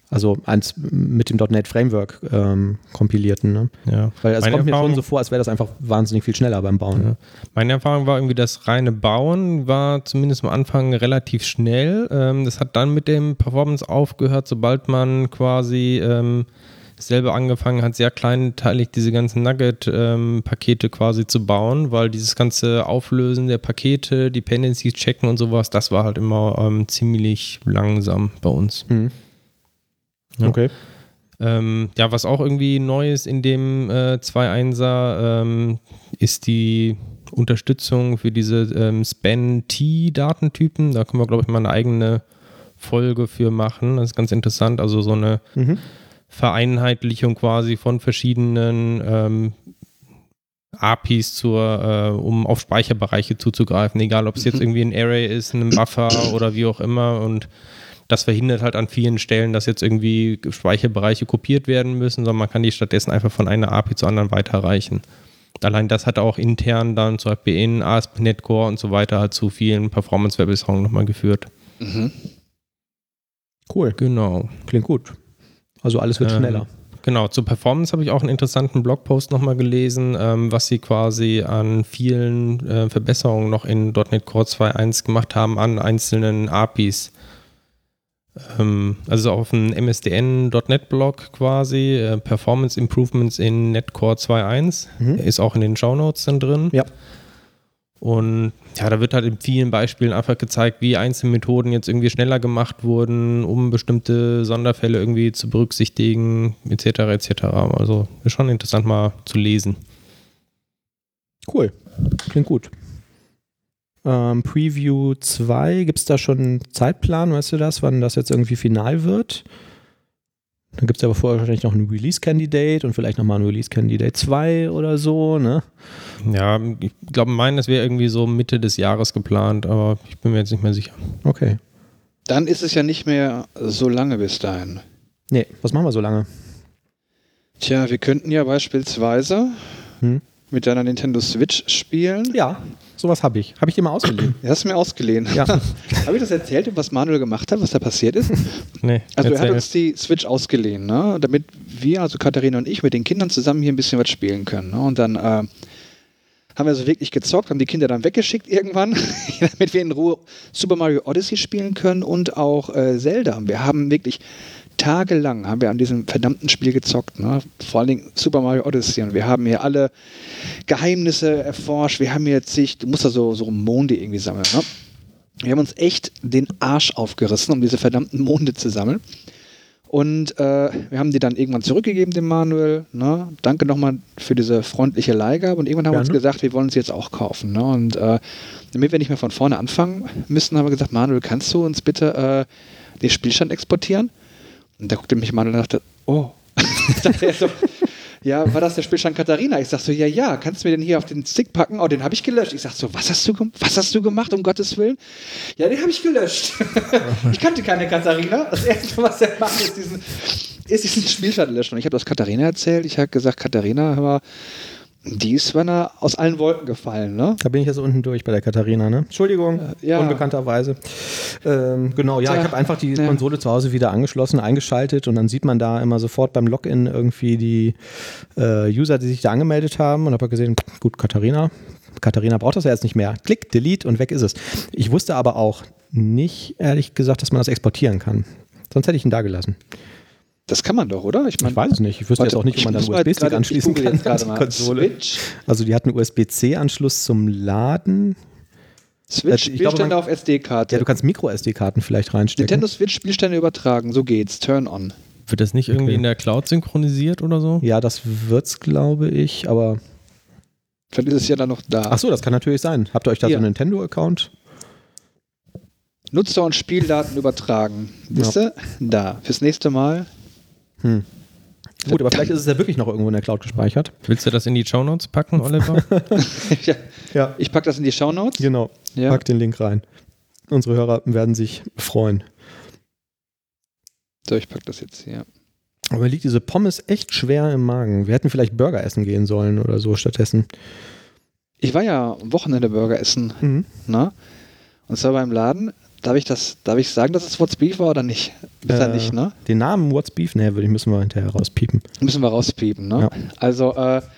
Also eins mit dem .NET Framework kompilierten. Ne? Ja. Weil es kommt mir schon so vor, als wäre das einfach wahnsinnig viel schneller beim Bauen. Ja. Meine Erfahrung war irgendwie, das reine Bauen war zumindest am Anfang relativ schnell. Das hat dann mit dem Performance aufgehört, sobald man quasi selber angefangen hat, sehr kleinteilig diese ganzen Nugget-Pakete quasi zu bauen, weil dieses ganze Auflösen der Pakete, Dependencies checken und sowas, das war halt immer ziemlich langsam bei uns. Mhm. Ja. Okay. Ja, was auch irgendwie neu ist in dem 2.1er ist die Unterstützung für diese Span-T-Datentypen. Da können wir, glaube ich, mal eine eigene Folge für machen. Das ist ganz interessant. Also so eine Vereinheitlichung quasi von verschiedenen APIs um auf Speicherbereiche zuzugreifen. Egal, ob es jetzt irgendwie ein Array ist, ein Buffer oder wie auch immer. Und das verhindert halt an vielen Stellen, dass jetzt irgendwie Speicherbereiche kopiert werden müssen, sondern man kann die stattdessen einfach von einer API zur anderen weiterreichen. Allein das hat auch intern dann zum Beispiel in ASP.NET Core und so weiter halt zu vielen Performance-Verbesserungen nochmal geführt. Mhm. Cool. Genau. Klingt gut. Also alles wird schneller. Genau, zur Performance habe ich auch einen interessanten Blogpost nochmal gelesen, was sie quasi an vielen Verbesserungen noch in .NET Core 2.1 gemacht haben an einzelnen APIs. Also auf dem MSDN.NET-Blog quasi, Performance Improvements in NetCore 2.1, ist auch in den Shownotes dann drin. Ja. Und ja, da wird halt in vielen Beispielen einfach gezeigt, wie einzelne Methoden jetzt irgendwie schneller gemacht wurden, um bestimmte Sonderfälle irgendwie zu berücksichtigen, etc. etc. Also ist schon interessant mal zu lesen. Cool, klingt gut. Preview 2, gibt es da schon einen Zeitplan, weißt du das, wann das jetzt irgendwie final wird? Dann gibt es aber vorher wahrscheinlich noch ein Release-Candidate und vielleicht nochmal ein Release-Candidate 2 oder so, ne? Ja, ich glaube, das wäre irgendwie so Mitte des Jahres geplant, aber ich bin mir jetzt nicht mehr sicher. Okay. Dann ist es ja nicht mehr so lange bis dahin. Nee, was machen wir so lange? Tja, wir könnten ja beispielsweise mit deiner Nintendo Switch spielen. Ja, sowas habe ich. Habe ich dir mal ausgeliehen? Du hast mir ausgeliehen. Ja. Habe ich das erzählt, was Manuel gemacht hat, was da passiert ist? Nee. Also er hat uns die Switch ausgeliehen, ne? Damit wir, also Katharina und ich, mit den Kindern zusammen hier ein bisschen was spielen können. Ne? Und dann haben wir so wirklich gezockt, haben die Kinder dann weggeschickt irgendwann, damit wir in Ruhe Super Mario Odyssey spielen können und auch Zelda. Wir haben wirklich tagelang haben wir an diesem verdammten Spiel gezockt, ne? Vor allen Dingen Super Mario Odyssey, und wir haben hier alle Geheimnisse erforscht, wir haben hier du musst da so Monde irgendwie sammeln, ne? Wir haben uns echt den Arsch aufgerissen, um diese verdammten Monde zu sammeln, und wir haben die dann irgendwann zurückgegeben, dem Manuel, ne? Danke nochmal für diese freundliche Leihgabe, und irgendwann haben wir uns gesagt, wir wollen sie jetzt auch kaufen, ne? Und damit wir nicht mehr von vorne anfangen müssen, haben wir gesagt, Manuel, kannst du uns bitte den Spielstand exportieren? Und da guckte mich Manuel und dachte, oh. Dachte er so, ja, war das der Spielstand Katharina? Ich sag so, ja, kannst du mir den hier auf den Stick packen? Oh, den habe ich gelöscht. Ich sag so, was hast du gemacht, um Gottes Willen? Ja, den habe ich gelöscht. Ich kannte keine Katharina. Das Erste, was er macht, ist diesen Spielstand löschen. Und ich habe das Katharina erzählt. Ich habe gesagt, Katharina, hör mal, die ist aus allen Wolken gefallen, ne? Da bin ich ja so unten durch bei der Katharina, ne? Entschuldigung, unbekannterweise. Genau, ja, ich habe einfach die Konsole zu Hause wieder angeschlossen, eingeschaltet, und dann sieht man da immer sofort beim Login irgendwie die User, die sich da angemeldet haben, und habe gesehen, gut, Katharina braucht das ja jetzt nicht mehr. Klick, Delete und weg ist es. Ich wusste aber auch nicht, ehrlich gesagt, dass man das exportieren kann. Sonst hätte ich ihn da gelassen. Das kann man doch, oder? Ich weiß es nicht. Ich wüsste jetzt auch nicht, wie man da einen USB-Stick anschließen kann an die Konsole. Switch. Also die hat einen USB-C-Anschluss zum Laden. Switch, Spielstände auf SD-Karte. Ja, du kannst Micro-SD-Karten vielleicht reinstecken. Nintendo Switch, Spielstände übertragen, so geht's. Turn on. Wird das nicht irgendwie in der Cloud synchronisiert oder so? Ja, das wird's, glaube ich, aber... Vielleicht ist es ja dann noch da. Ach so, das kann natürlich sein. Habt ihr euch da so einen Nintendo-Account? Nutzer- und Spieldaten übertragen. Wisst ihr? Da. Fürs nächste Mal... Gut, aber vielleicht ist es ja wirklich noch irgendwo in der Cloud gespeichert. Willst du das in die Shownotes packen, Oliver? Ja. Ich packe das in die Shownotes. Genau, pack den Link rein. Unsere Hörer werden sich freuen. So, ich packe das jetzt hier. Aber mir liegt diese Pommes echt schwer im Magen. Wir hätten vielleicht Burger essen gehen sollen oder so stattdessen. Ich war ja am Wochenende Burger essen. Ne? Und zwar beim Laden Darf ich sagen, dass es What's Beef war oder nicht? Bisher nicht, ne? Den Namen What's Beef, müssen wir hinterher rauspiepen. Müssen wir rauspiepen, ne? Ja. Also,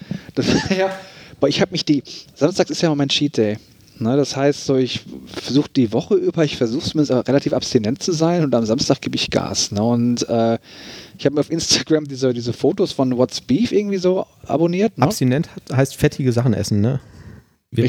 Samstags ist ja immer mein Cheat Day. Ne? Das heißt, so ich versuche die Woche über, ich versuche zumindest relativ abstinent zu sein und am Samstag gebe ich Gas. Ne? Und ich habe mir auf Instagram diese Fotos von What's Beef irgendwie so abonniert. Ne? Abstinent heißt fettige Sachen essen, ne? Wir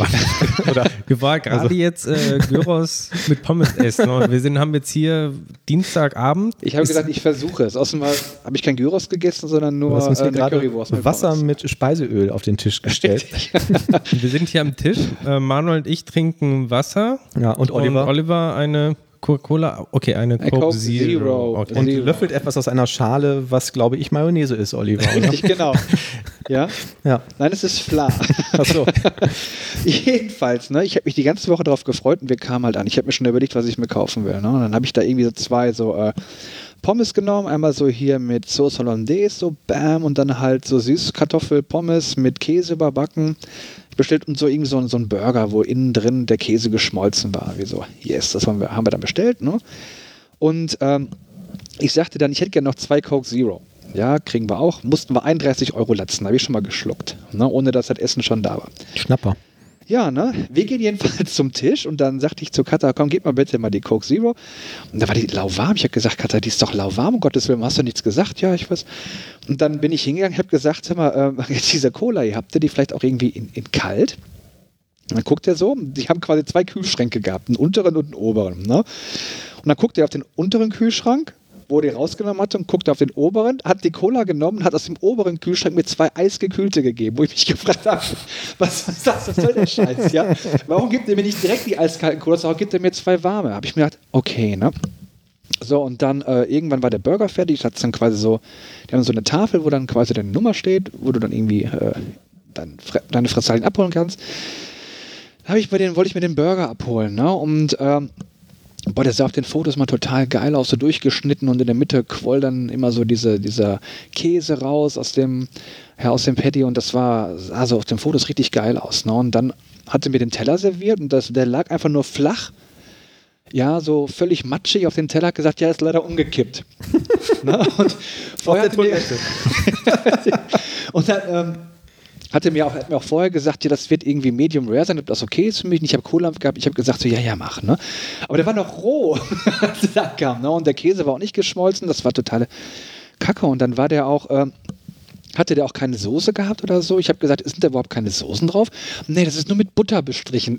waren gerade jetzt Gyros mit Pommes essen und wir haben jetzt hier Dienstagabend. Ich habe gesagt, ich versuche es. Außerdem habe ich kein Gyros gegessen, sondern nur eine Currywurst mit Wasser mit Speiseöl auf den Tisch gestellt. Wir sind hier am Tisch. Manuel und ich trinken Wasser. Ja, und Oliver eine Coca-Cola, okay, eine Coke Zero. Okay. Und löffelt etwas aus einer Schale, was, glaube ich, Mayonnaise ist, Oliver. Richtig, genau. Ja? Nein, es ist Fla. Ach so. Jedenfalls, ne, ich habe mich die ganze Woche darauf gefreut und wir kamen halt an. Ich habe mir schon überlegt, was ich mir kaufen will. Ne? Und dann habe ich da irgendwie so zwei Pommes genommen, einmal so hier mit Sauce Hollandaise, so bam, und dann halt so Süßkartoffelpommes mit Käse überbacken. Bestellt und so irgendwie so ein Burger, wo innen drin der Käse geschmolzen war. Wie so, yes, das haben wir dann bestellt. Ne? Und ich sagte dann, ich hätte gerne noch 2 Coke Zero. Ja, kriegen wir auch. Mussten wir 31 € latzen, habe ich schon mal geschluckt. Ne? Ohne dass das Essen schon da war. Schnapper. Ja, ne? Wir gehen jedenfalls zum Tisch und dann sagte ich zu Katha, komm, gib mal bitte mal die Coke Zero. Und da war die lauwarm. Ich habe gesagt, Katha, die ist doch lauwarm, um Gottes Willen, hast du nichts gesagt? Ja, ich weiß. Und dann bin ich hingegangen, habe gesagt, hör mal, diese Cola, habt ihr die vielleicht auch irgendwie in kalt? Und dann guckt er so, die haben quasi 2 Kühlschränke gehabt, einen unteren und einen oberen. Ne? Und dann guckt er auf den unteren Kühlschrank, wo er die rausgenommen hatte, und guckte auf den oberen, hat die Cola genommen und hat aus dem oberen Kühlschrank mir 2 eisgekühlte gegeben, wo ich mich gefragt habe, was ist das? Was soll der Scheiß? Ja? Warum gibt er mir nicht direkt die eiskalten Cola, sondern gibt er mir 2 warme? Habe ich mir gedacht, okay, ne? So, und dann irgendwann war der Burger fertig, hat's dann quasi so, die haben so eine Tafel, wo dann quasi deine Nummer steht, wo du dann irgendwie deine Fressalien abholen kannst. Wollte ich mir den Burger abholen, ne? Und der sah auf den Fotos mal total geil aus, so durchgeschnitten, und in der Mitte quoll dann immer so dieser Käse raus aus dem Patty, und das sah so auf den Fotos richtig geil aus. Ne? Und dann hatte mir den Teller serviert und der lag einfach nur flach, ja, so völlig matschig auf den Teller, hat gesagt, ja, ist leider umgekippt. Ne? Und vorher auf der Toilette. Und dann hat mir auch vorher gesagt, ja, das wird irgendwie Medium Rare sein, ob das okay ist für mich. Ich habe Cola gehabt, ich habe gesagt, so, ja, mach. Ne? Aber der war noch roh, als er da kam. Ne? Und der Käse war auch nicht geschmolzen, das war totale Kacke. Und dann war der auch, hatte der auch keine Soße gehabt oder so? Ich habe gesagt, sind da überhaupt keine Soßen drauf? Nee, das ist nur mit Butter bestrichen.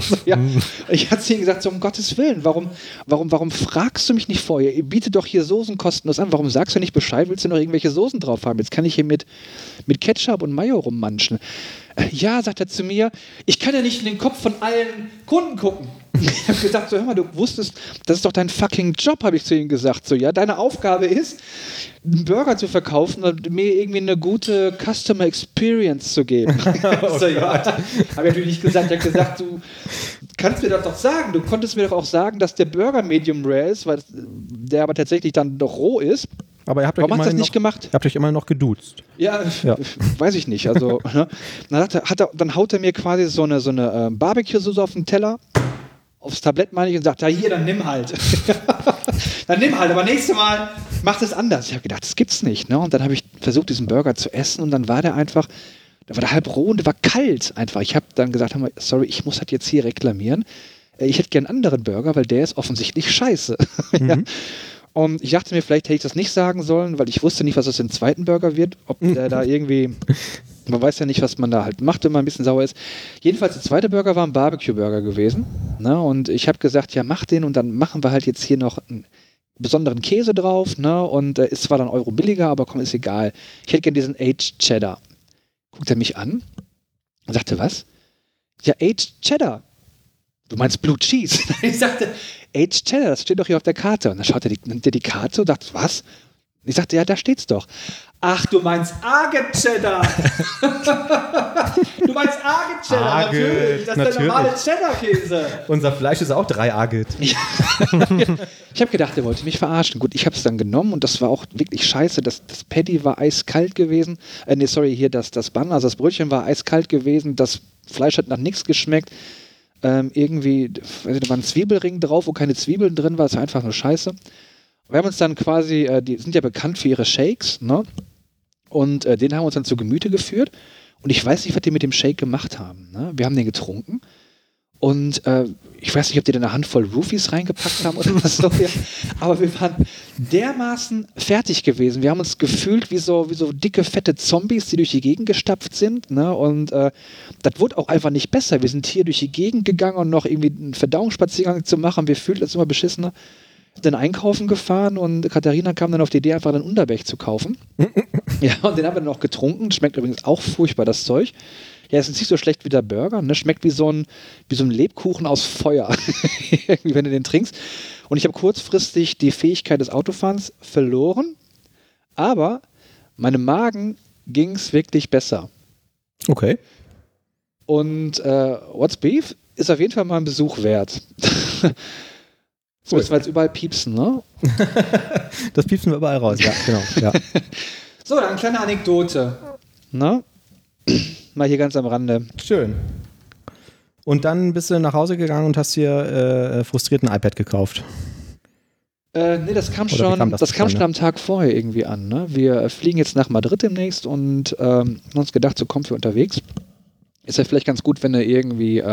Ich hatte zu ihm gesagt, so, um Gottes Willen, warum fragst du mich nicht vorher? Ihr bietet doch hier Soßen kostenlos an. Warum sagst du nicht Bescheid? Willst du noch irgendwelche Soßen drauf haben? Jetzt kann ich hier mit Ketchup und Mayo rummanschen. Ja, sagt er zu mir, ich kann ja nicht in den Kopf von allen Kunden gucken. Ich habe gesagt, so, hör mal, du wusstest, das ist doch dein fucking Job, habe ich zu ihm gesagt. So, ja, deine Aufgabe ist, einen Burger zu verkaufen und mir irgendwie eine gute Customer Experience zu geben. So, ja, habe ich natürlich nicht gesagt. Ich habe gesagt, du kannst mir das doch sagen. Du konntest mir doch auch sagen, dass der Burger Medium Rare ist, weil der aber tatsächlich dann doch roh ist. Aber ihr habt Warum hast du das nicht gemacht? Ihr habt euch immer noch geduzt. Ja, weiß ich nicht. Also, ne? Dann haut er mir quasi so eine Barbecue-Soße auf den Teller, aufs Tablett meine ich, und sagt, ja, hier, dann nimm halt. Dann nimm halt, aber nächstes Mal mach das anders. Ich habe gedacht, das gibt's nicht. Ne? Und dann habe ich versucht, diesen Burger zu essen, und dann war der halb roh und der war kalt einfach. Ich habe dann gesagt, sorry, ich muss das jetzt hier reklamieren. Ich hätte gern einen anderen Burger, weil der ist offensichtlich scheiße. Ja. Und ich dachte mir, vielleicht hätte ich das nicht sagen sollen, weil ich wusste nicht, was aus dem zweiten Burger wird. Ob der da irgendwie, man weiß ja nicht, was man da halt macht, wenn man ein bisschen sauer ist. Jedenfalls, der zweite Burger war ein Barbecue-Burger gewesen. Ne? Und ich habe gesagt, ja, mach den, und dann machen wir halt jetzt hier noch einen besonderen Käse drauf. Ne? Und ist zwar dann Euro billiger, aber komm, ist egal. Ich hätte gerne diesen Aged Cheddar. Guckt er mich an und sagte, was? Ja, Aged Cheddar. Du meinst Blue Cheese? Ich sagte, Aged Cheddar, das steht doch hier auf der Karte. Und dann nimmt er die Karte und sagt, was? Ich sagte, ja, da steht's doch. Ach, du meinst Aged Cheddar. Du meinst Aged Cheddar, natürlich. Das ist der normale Cheddar-Käse. Unser Fleisch ist auch 3 Aged. Ich habe gedacht, er wollte mich verarschen. Gut, ich habe es dann genommen, und das war auch wirklich scheiße. Das Patty war eiskalt gewesen. Das Bun, also das Brötchen war eiskalt gewesen. Das Fleisch hat nach nichts geschmeckt. irgendwie, da war ein Zwiebelring drauf, wo keine Zwiebeln drin war, das war einfach nur Scheiße. Wir haben uns dann quasi, die sind ja bekannt für ihre Shakes, ne? Und den haben wir uns dann zu Gemüte geführt. Und ich weiß nicht, was die mit dem Shake gemacht haben. Ne? Wir haben den getrunken. Und ich weiß nicht, ob die da eine Handvoll Roofies reingepackt haben oder was so. Aber wir waren dermaßen fertig gewesen. Wir haben uns gefühlt wie so dicke, fette Zombies, die durch die Gegend gestapft sind. Ne? Und das wurde auch einfach nicht besser. Wir sind hier durch die Gegend gegangen und noch irgendwie einen Verdauungsspaziergang zu machen. Wir fühlten uns immer beschissener. Dann einkaufen gefahren und Katharina kam dann auf die Idee, einfach einen Unterberg zu kaufen. Ja, und den haben wir dann auch getrunken. Schmeckt übrigens auch furchtbar, das Zeug. Ja, es ist nicht so schlecht wie der Burger, ne? Schmeckt wie so ein Lebkuchen aus Feuer, irgendwie, wenn du den trinkst. Und ich habe kurzfristig die Fähigkeit des Autofahrens verloren, aber meinem Magen ging es wirklich besser. Okay. Und What's Beef ist auf jeden Fall mal ein Besuch wert. So, müssen wir jetzt überall piepsen, ne? Das piepsen wir überall raus, ja, genau. Ja. So, dann eine kleine Anekdote. Na? Mal hier ganz am Rande. Schön. Und dann bist du nach Hause gegangen und hast dir frustriert ein iPad gekauft. Nee, das kam schon am Tag vorher irgendwie an. Ne? Wir fliegen jetzt nach Madrid demnächst und haben uns gedacht, so kommen wir unterwegs. Ist ja vielleicht ganz gut, wenn du irgendwie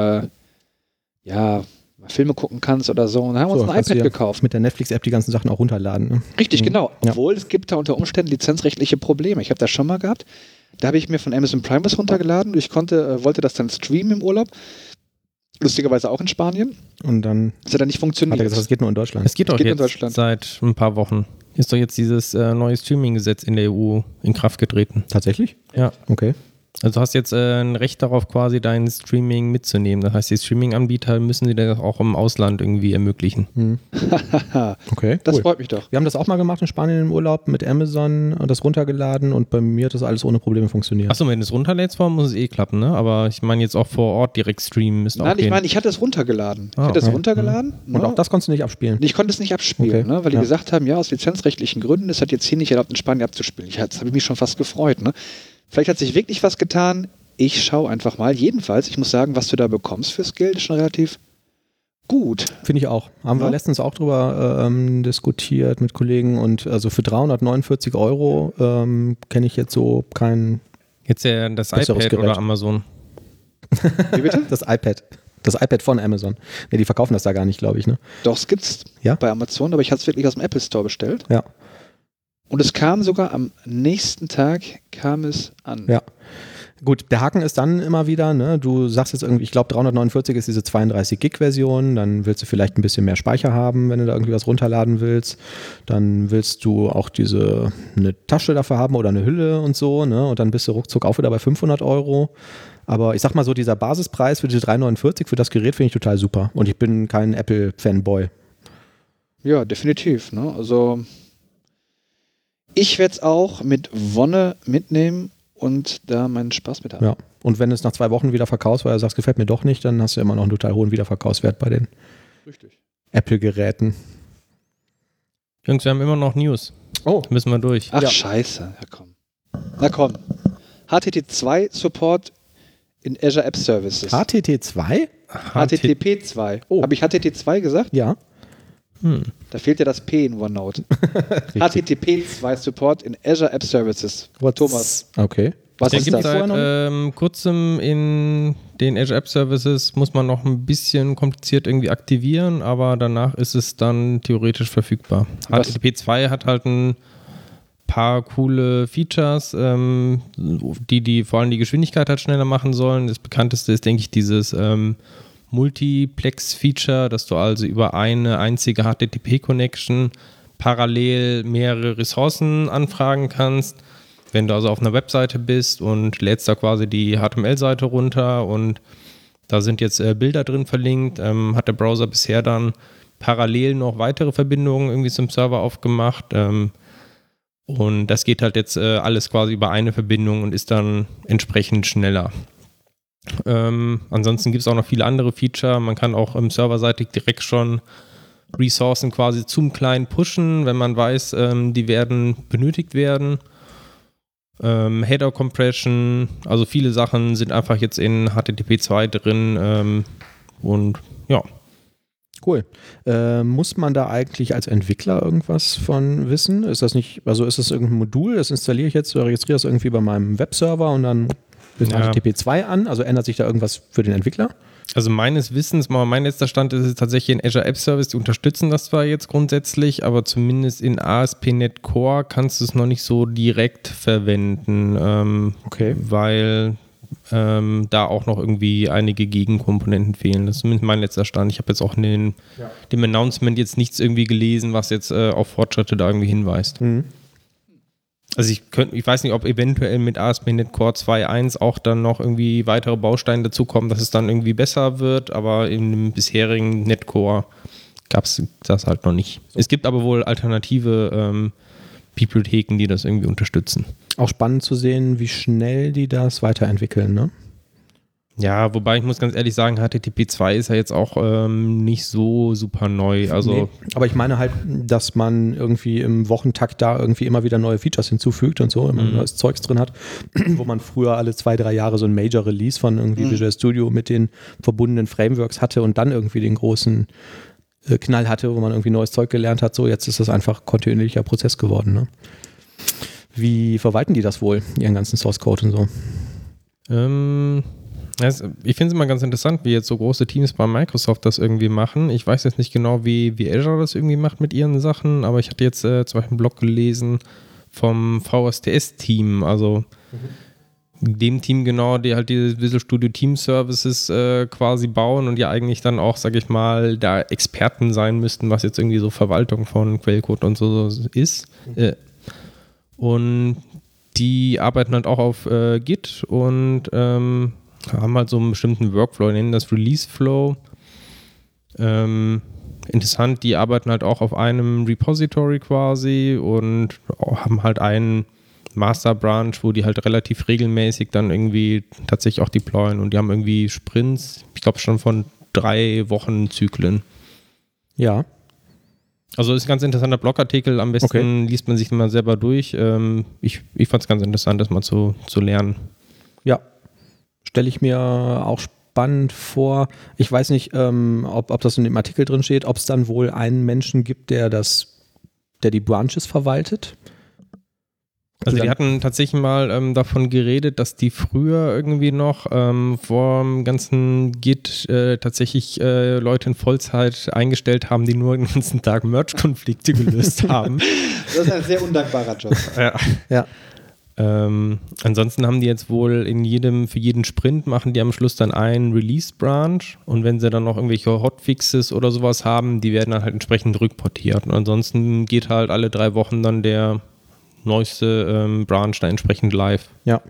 Filme gucken kannst oder so. Und dann haben wir uns ein iPad gekauft. Mit der Netflix-App die ganzen Sachen auch runterladen. Ne? Richtig, genau. Obwohl es gibt da unter Umständen lizenzrechtliche Probleme. Ich habe das schon mal gehabt. Da habe ich mir von Amazon Prime was runtergeladen. Ich wollte das dann streamen im Urlaub. Lustigerweise auch in Spanien. Und dann das hat dann nicht funktioniert. Hat er gesagt, es geht nur in Deutschland. Es geht auch jetzt seit ein paar Wochen. Ist doch jetzt dieses neue Streaming-Gesetz in der EU in Kraft getreten. Tatsächlich? Ja. Okay. Also du hast jetzt ein Recht darauf, quasi dein Streaming mitzunehmen. Das heißt, die Streaming-Anbieter müssen dir das auch im Ausland irgendwie ermöglichen. Okay, das freut mich doch. Wir haben das auch mal gemacht in Spanien im Urlaub mit Amazon und das runtergeladen und bei mir hat das alles ohne Probleme funktioniert. Achso, wenn du es runterlädst, muss es klappen, ne? Aber ich meine jetzt auch vor Ort direkt streamen müsste auch gehen. Nein, ich meine, ich hatte es runtergeladen. Und auch das konntest du nicht abspielen? Ich konnte es nicht abspielen, ne? Weil die gesagt haben, ja, aus lizenzrechtlichen Gründen ist das jetzt hier nicht erlaubt, in Spanien abzuspielen. Das habe ich mich schon fast gefreut, ne? Vielleicht hat sich wirklich was getan. Ich schaue einfach mal. Jedenfalls, ich muss sagen, was du da bekommst fürs Geld, ist schon relativ gut. Finde ich auch. Haben wir letztens auch drüber diskutiert mit Kollegen und also für 349 € kenne ich jetzt so kein jetzt das iPad Gerät. Oder Amazon. Wie bitte? Das iPad von Amazon. Ne, die verkaufen das da gar nicht, glaube ich, ne? Doch, es gibt's bei Amazon, aber ich hatte es wirklich aus dem Apple Store bestellt. Ja. Und es kam sogar am nächsten Tag an. Ja. Gut, der Haken ist dann immer wieder, ne, du sagst jetzt irgendwie, ich glaube 349 ist diese 32-Gig-Version, dann willst du vielleicht ein bisschen mehr Speicher haben, wenn du da irgendwie was runterladen willst. Dann willst du auch eine Tasche dafür haben oder eine Hülle und so, ne, und dann bist du ruckzuck auch wieder bei 500 €. Aber ich sag mal so, dieser Basispreis für diese 349 für das Gerät finde ich total super. Und ich bin kein Apple-Fanboy. Ja, definitiv, ne, also ich werde es auch mit Wonne mitnehmen und da meinen Spaß mit haben. Ja, und wenn es nach 2 Wochen wieder verkaufst, weil du sagst, gefällt mir doch nicht, dann hast du immer noch einen total hohen Wiederverkaufswert bei den Apple-Geräten. Jungs, wir haben immer noch News. Oh. Müssen wir durch. Ach, scheiße. Na komm. HTTP2 Support in Azure App Services. HTTP2? HTTP2. Oh. Habe ich HTTP2 gesagt? Ja. Da fehlt ja das P in OneNote. HTTP2 Support in Azure App Services. Thomas. Okay. Was ist das? Seit kurzem in den Azure App Services muss man noch ein bisschen kompliziert irgendwie aktivieren, aber danach ist es dann theoretisch verfügbar. HTTP2 hat halt ein paar coole Features, die vor allem die Geschwindigkeit halt schneller machen sollen. Das bekannteste ist, denke ich, dieses Multiplex-Feature, dass du also über eine einzige HTTP-Connection parallel mehrere Ressourcen anfragen kannst. Wenn du also auf einer Webseite bist und lädst da quasi die HTML-Seite runter und da sind jetzt Bilder drin verlinkt, hat der Browser bisher dann parallel noch weitere Verbindungen irgendwie zum Server aufgemacht. Und das geht halt jetzt alles quasi über eine Verbindung und ist dann entsprechend schneller. Ansonsten gibt es auch noch viele andere Feature. Man kann auch serverseitig direkt schon Ressourcen quasi zum Client pushen, wenn man weiß, die werden benötigt werden. Header Compression, also viele Sachen sind einfach jetzt in HTTP2 drin, Und ja. Cool. Muss man da eigentlich als Entwickler irgendwas von wissen? Ist das nicht, also ist das irgendein Modul, das installiere ich jetzt, registriere das irgendwie bei meinem Webserver und dann bin HTTP2 an? Also ändert sich da irgendwas für den Entwickler? Also meines Wissens, mein letzter Stand ist es tatsächlich in Azure App Service, die unterstützen das zwar jetzt grundsätzlich, aber zumindest in ASP.NET Core kannst du es noch nicht so direkt verwenden, okay. Weil da auch noch irgendwie einige Gegenkomponenten fehlen. Das ist zumindest mein letzter Stand. Ich habe jetzt auch in dem Announcement jetzt nichts irgendwie gelesen, was jetzt auf Fortschritte da irgendwie hinweist. Mhm. Also ich weiß nicht, ob eventuell mit ASP.NET Core 2.1 auch dann noch irgendwie weitere Bausteine dazukommen, dass es dann irgendwie besser wird, aber im bisherigen NetCore gab es das halt noch nicht. So. Es gibt aber wohl alternative Bibliotheken, die das irgendwie unterstützen. Auch spannend zu sehen, wie schnell die das weiterentwickeln, ne? Ja, wobei ich muss ganz ehrlich sagen, HTTP2 ist ja jetzt auch nicht so super neu. Also nee, aber ich meine halt, dass man irgendwie im Wochentakt da irgendwie immer wieder neue Features hinzufügt und so, immer neues Zeugs drin hat, wo man früher alle 2-3 Jahre so ein Major Release von irgendwie Visual Studio mit den verbundenen Frameworks hatte und dann irgendwie den großen Knall hatte, wo man irgendwie neues Zeug gelernt hat. So, jetzt ist das einfach kontinuierlicher Prozess geworden, ne? Wie verwalten die das wohl, ihren ganzen Source Code und so? Ich finde es immer ganz interessant, wie jetzt so große Teams bei Microsoft das irgendwie machen. Ich weiß jetzt nicht genau, wie Azure das irgendwie macht mit ihren Sachen, aber ich hatte jetzt zum Beispiel einen Blog gelesen vom VSTS-Team, also dem Team genau, die halt diese Visual Studio Team Services quasi bauen und ja eigentlich dann auch, sag ich mal, da Experten sein müssten, was jetzt irgendwie so Verwaltung von Quellcode und so ist. Und die arbeiten halt auch auf Git und haben halt so einen bestimmten Workflow, nennen das Release Flow. Interessant, die arbeiten halt auch auf einem Repository quasi und haben halt einen Master Branch, wo die halt relativ regelmäßig dann irgendwie tatsächlich auch deployen und die haben irgendwie Sprints, ich glaube schon von 3 Wochen Zyklen. Ja. Also ist ein ganz interessanter Blogartikel, am besten liest man sich mal selber durch. Ich fand es ganz interessant, das mal zu lernen. Ja, stelle ich mir auch spannend vor. Ich weiß nicht, ob das in dem Artikel drin steht, ob es dann wohl einen Menschen gibt, der die Branches verwaltet. Also die hatten tatsächlich mal davon geredet, dass die früher irgendwie noch vor dem ganzen Git tatsächlich Leute in Vollzeit eingestellt haben, die nur den ganzen Tag Merge-Konflikte gelöst haben. Das ist ein sehr undankbarer Job. Ja. Ansonsten haben die jetzt wohl für jeden Sprint machen die am Schluss dann einen Release-Branch und wenn sie dann noch irgendwelche Hotfixes oder sowas haben, die werden dann halt entsprechend rückportiert. Und ansonsten geht halt alle 3 Wochen dann der neueste Branch da entsprechend live. Ja.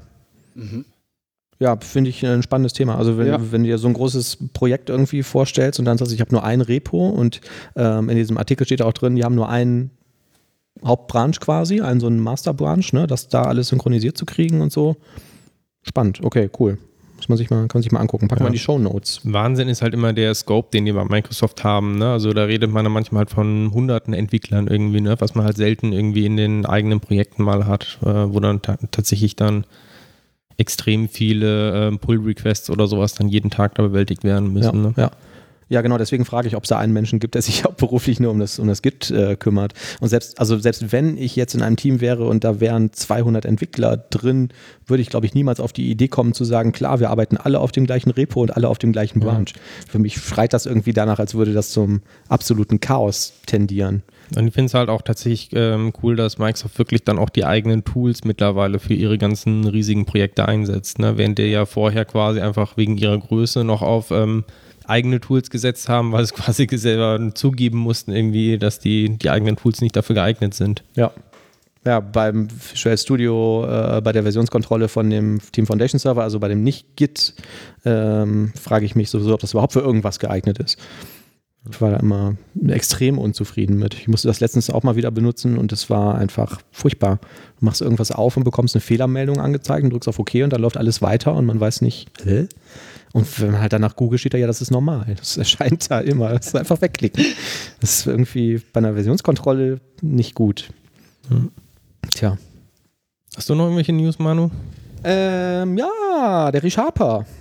Ja, finde ich ein spannendes Thema. Also wenn du dir so ein großes Projekt irgendwie vorstellst und dann sagst du, ich habe nur ein Repo und in diesem Artikel steht auch drin, die haben nur einen Hauptbranch quasi, so einen Masterbranch, ne, das da alles synchronisiert zu kriegen und so. Spannend, okay, cool. Kann man sich mal angucken. Packen wir in die Shownotes. Wahnsinn ist halt immer der Scope, den die bei Microsoft haben. Ne? Also da redet man dann manchmal halt von hunderten Entwicklern irgendwie, ne? Was man halt selten irgendwie in den eigenen Projekten mal hat, wo dann tatsächlich dann extrem viele Pull-Requests oder sowas dann jeden Tag da bewältigt werden müssen. Ja, ne? ja. Ja, genau, deswegen frage ich, ob es da einen Menschen gibt, der sich auch beruflich nur um das Git kümmert. Und selbst wenn ich jetzt in einem Team wäre und da wären 200 Entwickler drin, würde ich, glaube ich, niemals auf die Idee kommen zu sagen, klar, wir arbeiten alle auf dem gleichen Repo und alle auf dem gleichen Branch. Für mich schreit das irgendwie danach, als würde das zum absoluten Chaos tendieren. Und ich finde es halt auch tatsächlich cool, dass Microsoft wirklich dann auch die eigenen Tools mittlerweile für ihre ganzen riesigen Projekte einsetzt. Ne? Während der ja vorher quasi einfach wegen ihrer Größe noch auf eigene Tools gesetzt haben, weil sie quasi selber zugeben mussten irgendwie, dass die eigenen Tools nicht dafür geeignet sind. Ja. Ja, beim Visual Studio, bei der Versionskontrolle von dem Team Foundation Server, also bei dem Nicht-Git, frage ich mich sowieso, ob das überhaupt für irgendwas geeignet ist. Ich war da immer extrem unzufrieden mit. Ich musste das letztens auch mal wieder benutzen und es war einfach furchtbar. Du machst irgendwas auf und bekommst eine Fehlermeldung angezeigt und drückst auf OK und dann läuft alles weiter und man weiß nicht, hä? Und wenn man halt danach googelt, steht da ja, das ist normal. Das erscheint da immer. Das ist einfach wegklicken. Das ist irgendwie bei einer Versionskontrolle nicht gut. Tja. Hast du noch irgendwelche News, Manu? Ja, der ReSharper.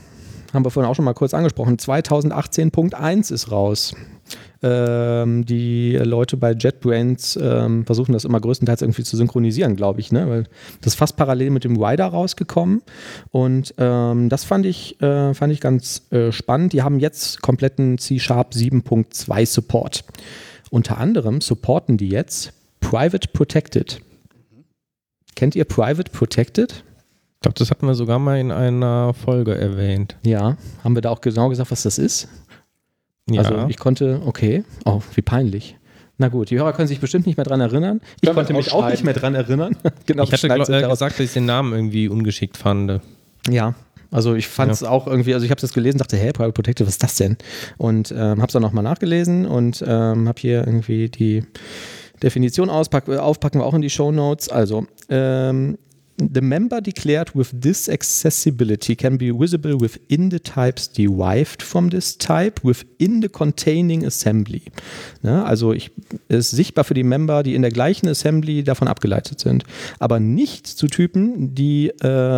haben wir vorhin auch schon mal kurz angesprochen. 2018.1 ist raus. Die Leute bei JetBrains versuchen das immer größtenteils irgendwie zu synchronisieren, glaube ich, ne? Weil das ist fast parallel mit dem Rider rausgekommen und das fand ich ganz spannend. Die haben jetzt kompletten C# 7.2 Support. Unter anderem supporten die jetzt Private Protected. Kennt ihr Private Protected? Ich glaube, das hatten wir sogar mal in einer Folge erwähnt. Ja, haben wir da auch genau gesagt, was das ist? Ja. Also ich konnte, okay, oh, wie peinlich. Na gut, die Hörer können sich bestimmt nicht mehr dran erinnern. Ich konnte mich auch nicht mehr dran erinnern. Genau, ich hatte gesagt, dass ich den Namen irgendwie ungeschickt fand. Ja, also ich fand es auch irgendwie, also ich habe es gelesen, dachte, hey, Private Protected, was ist das denn? Und habe es dann nochmal nachgelesen und habe hier irgendwie die Definition aufpacken wir auch in die Shownotes. Also, the member declared with this accessibility can be visible within the types derived from this type within the containing assembly. Ja, also ist sichtbar für die Member, die in der gleichen Assembly davon abgeleitet sind, aber nicht zu Typen, die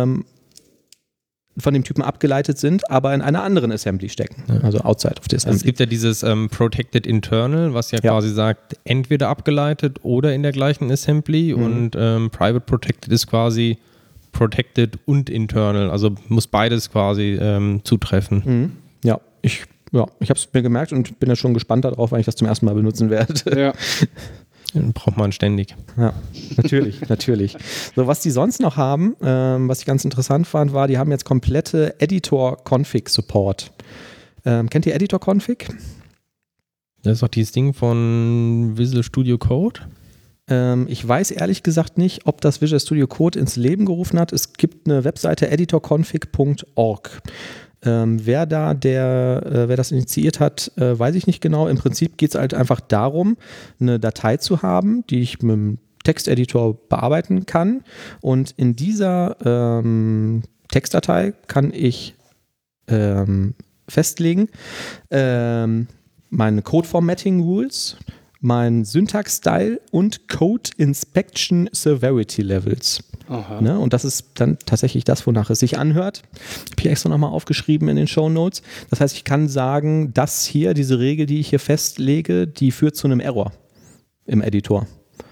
von dem Typen abgeleitet sind, aber in einer anderen Assembly stecken, also outside of the assembly. Es gibt ja dieses Protected Internal, was ja quasi sagt, entweder abgeleitet oder in der gleichen Assembly und Private Protected ist quasi Protected und Internal, also muss beides quasi zutreffen. Ja, ich habe es mir gemerkt und bin ja schon gespannt darauf, wann ich das zum ersten Mal benutzen werde. Ja. Braucht man ständig. Ja, natürlich. So, was die sonst noch haben, was ich ganz interessant fand, war, die haben jetzt komplette Editor-Config-Support. Kennt ihr Editor-Config? Das ist doch dieses Ding von Visual Studio Code. Ich weiß ehrlich gesagt nicht, ob das Visual Studio Code ins Leben gerufen hat. Es gibt eine Webseite editorconfig.org. Wer das initiiert hat, weiß ich nicht genau. Im Prinzip geht es halt einfach darum, eine Datei zu haben, die ich mit dem Texteditor bearbeiten kann. Und in dieser Textdatei kann ich festlegen, meine Code-Formatting-Rules, mein Syntax-Style und Code-Inspection-Severity-Levels. Ne? Und das ist dann tatsächlich das, wonach es sich anhört. Ich habe hier extra nochmal aufgeschrieben in den Shownotes. Das heißt, ich kann sagen, das hier, diese Regel, die ich hier festlege, die führt zu einem Error im Editor.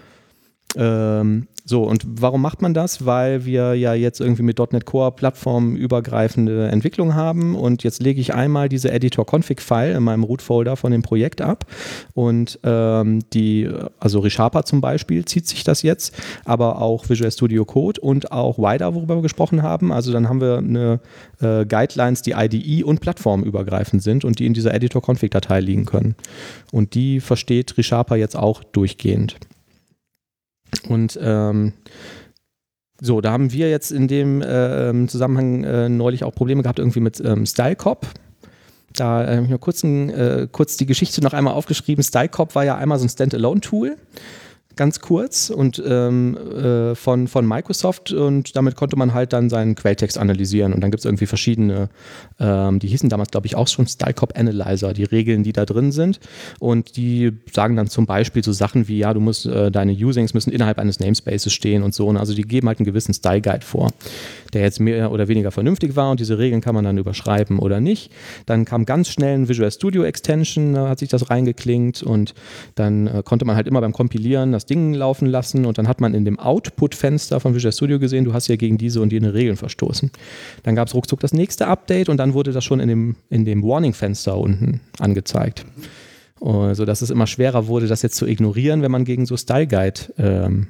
So, und warum macht man das? Weil wir ja jetzt irgendwie mit .NET Core plattformübergreifende Entwicklung haben und jetzt lege ich einmal diese Editor-Config-File in meinem Root-Folder von dem Projekt ab und also ReSharper zum Beispiel zieht sich das jetzt, aber auch Visual Studio Code und auch Rider, worüber wir gesprochen haben. Also dann haben wir eine Guidelines, die IDE und plattformübergreifend sind und die in dieser Editor-Config-Datei liegen können. Und die versteht ReSharper jetzt auch durchgehend. Und so, da haben wir jetzt in dem Zusammenhang neulich auch Probleme gehabt, irgendwie mit StyleCop. Da habe ich mir kurz die Geschichte noch einmal aufgeschrieben. StyleCop war ja einmal so ein Standalone-Tool, ganz kurz, und von Microsoft, und damit konnte man halt dann seinen Quelltext analysieren. Und dann gibt es irgendwie verschiedene, die hießen damals, glaube ich, auch schon StyleCop Analyzer, die Regeln, die da drin sind. Und die sagen dann zum Beispiel so Sachen wie, ja, du musst, deine Usings müssen innerhalb eines Namespaces stehen und so. Und also die geben halt einen gewissen Style Guide vor, der jetzt mehr oder weniger vernünftig war, und diese Regeln kann man dann überschreiben oder nicht. Dann kam ganz schnell ein Visual Studio Extension, da hat sich das reingeklinkt, und dann konnte man halt immer beim Kompilieren das Ding laufen lassen, und dann hat man in dem Output-Fenster von Visual Studio gesehen, du hast ja gegen diese und jene Regeln verstoßen. Dann gab es ruckzuck das nächste Update, und dann wurde das schon in dem Warning-Fenster unten angezeigt. So dass es immer schwerer wurde, das jetzt zu ignorieren, wenn man gegen so Style Guide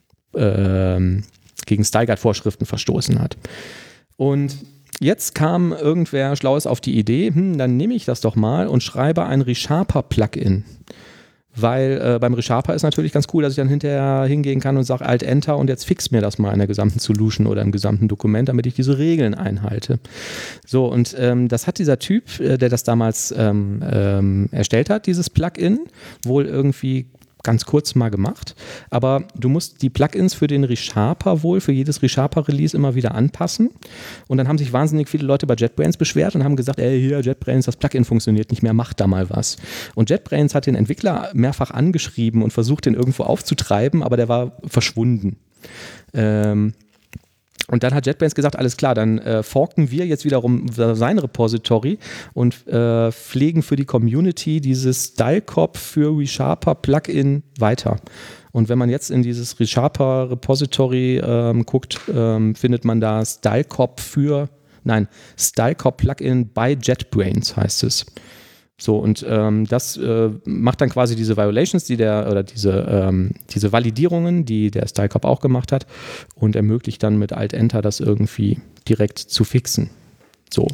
gegen Style Guide Vorschriften verstoßen hat. Und jetzt kam irgendwer Schlaues auf die Idee, dann nehme ich das doch mal und schreibe ein ReSharper-Plugin. Weil beim ReSharper ist natürlich ganz cool, dass ich dann hinterher hingehen kann und sage Alt-Enter und jetzt fix mir das mal in der gesamten Solution oder im gesamten Dokument, damit ich diese Regeln einhalte. So, und das hat dieser Typ, der das damals erstellt hat, dieses Plugin, wohl irgendwie ganz kurz mal gemacht, aber du musst die Plugins für den ReSharper wohl, für jedes ReSharper-Release immer wieder anpassen, und dann haben sich wahnsinnig viele Leute bei JetBrains beschwert und haben gesagt, hier JetBrains, das Plugin funktioniert nicht mehr, mach da mal was. Und JetBrains hat den Entwickler mehrfach angeschrieben und versucht, den irgendwo aufzutreiben, aber der war verschwunden. Und dann hat JetBrains gesagt, alles klar, dann forken wir jetzt wiederum sein Repository und pflegen für die Community dieses Stylecop für ReSharper Plugin weiter. Und wenn man jetzt in dieses ReSharper Repository guckt, findet man da Stylecop Plugin by JetBrains heißt es. So, und das macht dann quasi diese Violations, diese Validierungen, die der Stylecop auch gemacht hat und ermöglicht dann mit Alt-Enter das irgendwie direkt zu fixen. So.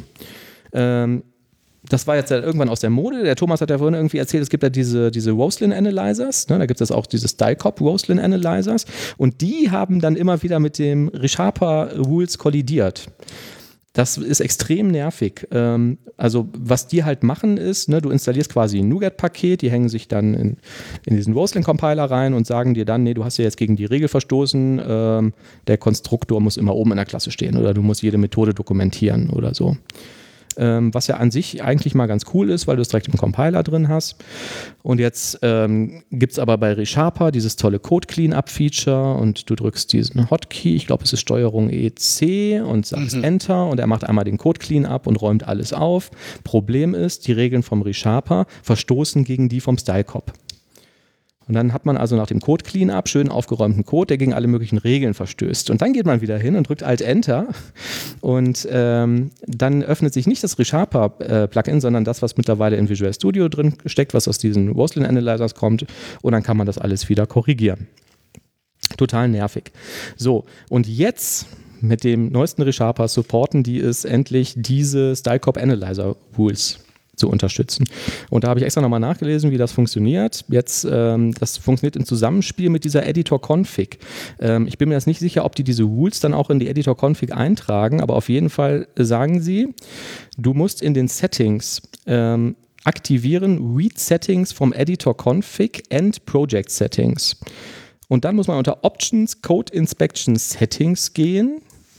Das war jetzt irgendwann aus der Mode. Der Thomas hat ja vorhin irgendwie erzählt, es gibt ja diese Roslyn Analyzers, ne? Da gibt es auch diese Stylecop Roslyn Analyzers und die haben dann immer wieder mit dem ReSharper Rules kollidiert. Das ist extrem nervig. Also was die halt machen ist, ne, du installierst quasi ein NuGet-Paket, die hängen sich dann in diesen Roslyn-Compiler rein und sagen dir dann, nee, du hast ja jetzt gegen die Regel verstoßen, der Konstruktor muss immer oben in der Klasse stehen oder du musst jede Methode dokumentieren oder so. Was ja an sich eigentlich mal ganz cool ist, weil du es direkt im Compiler drin hast. Und jetzt gibt es aber bei ReSharper dieses tolle Code-Cleanup-Feature und du drückst diesen Hotkey, ich glaube es ist Steuerung EC und sagst Enter und er macht einmal den Code-Cleanup und räumt alles auf. Problem ist, die Regeln vom ReSharper verstoßen gegen die vom Stylecop. Und dann hat man also nach dem Code-Cleanup schön aufgeräumten Code, der gegen alle möglichen Regeln verstößt. Und dann geht man wieder hin und drückt Alt-Enter und dann öffnet sich nicht das ReSharper-Plugin, sondern das, was mittlerweile in Visual Studio drin steckt, was aus diesen Roslyn Analyzers kommt und dann kann man das alles wieder korrigieren. Total nervig. So, und jetzt mit dem neuesten ReSharper supporten die es endlich, diese Stylecop Analyzer Rules zu unterstützen. Und da habe ich extra nochmal nachgelesen, wie das funktioniert. Jetzt, das funktioniert im Zusammenspiel mit dieser Editor-Config. Ich bin mir jetzt nicht sicher, ob die diese Rules dann auch in die Editor-Config eintragen, aber auf jeden Fall sagen sie, du musst in den Settings aktivieren Read Settings vom Editor-Config and Project Settings. Und dann muss man unter Options Code Inspection Settings gehen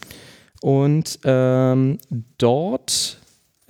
und dort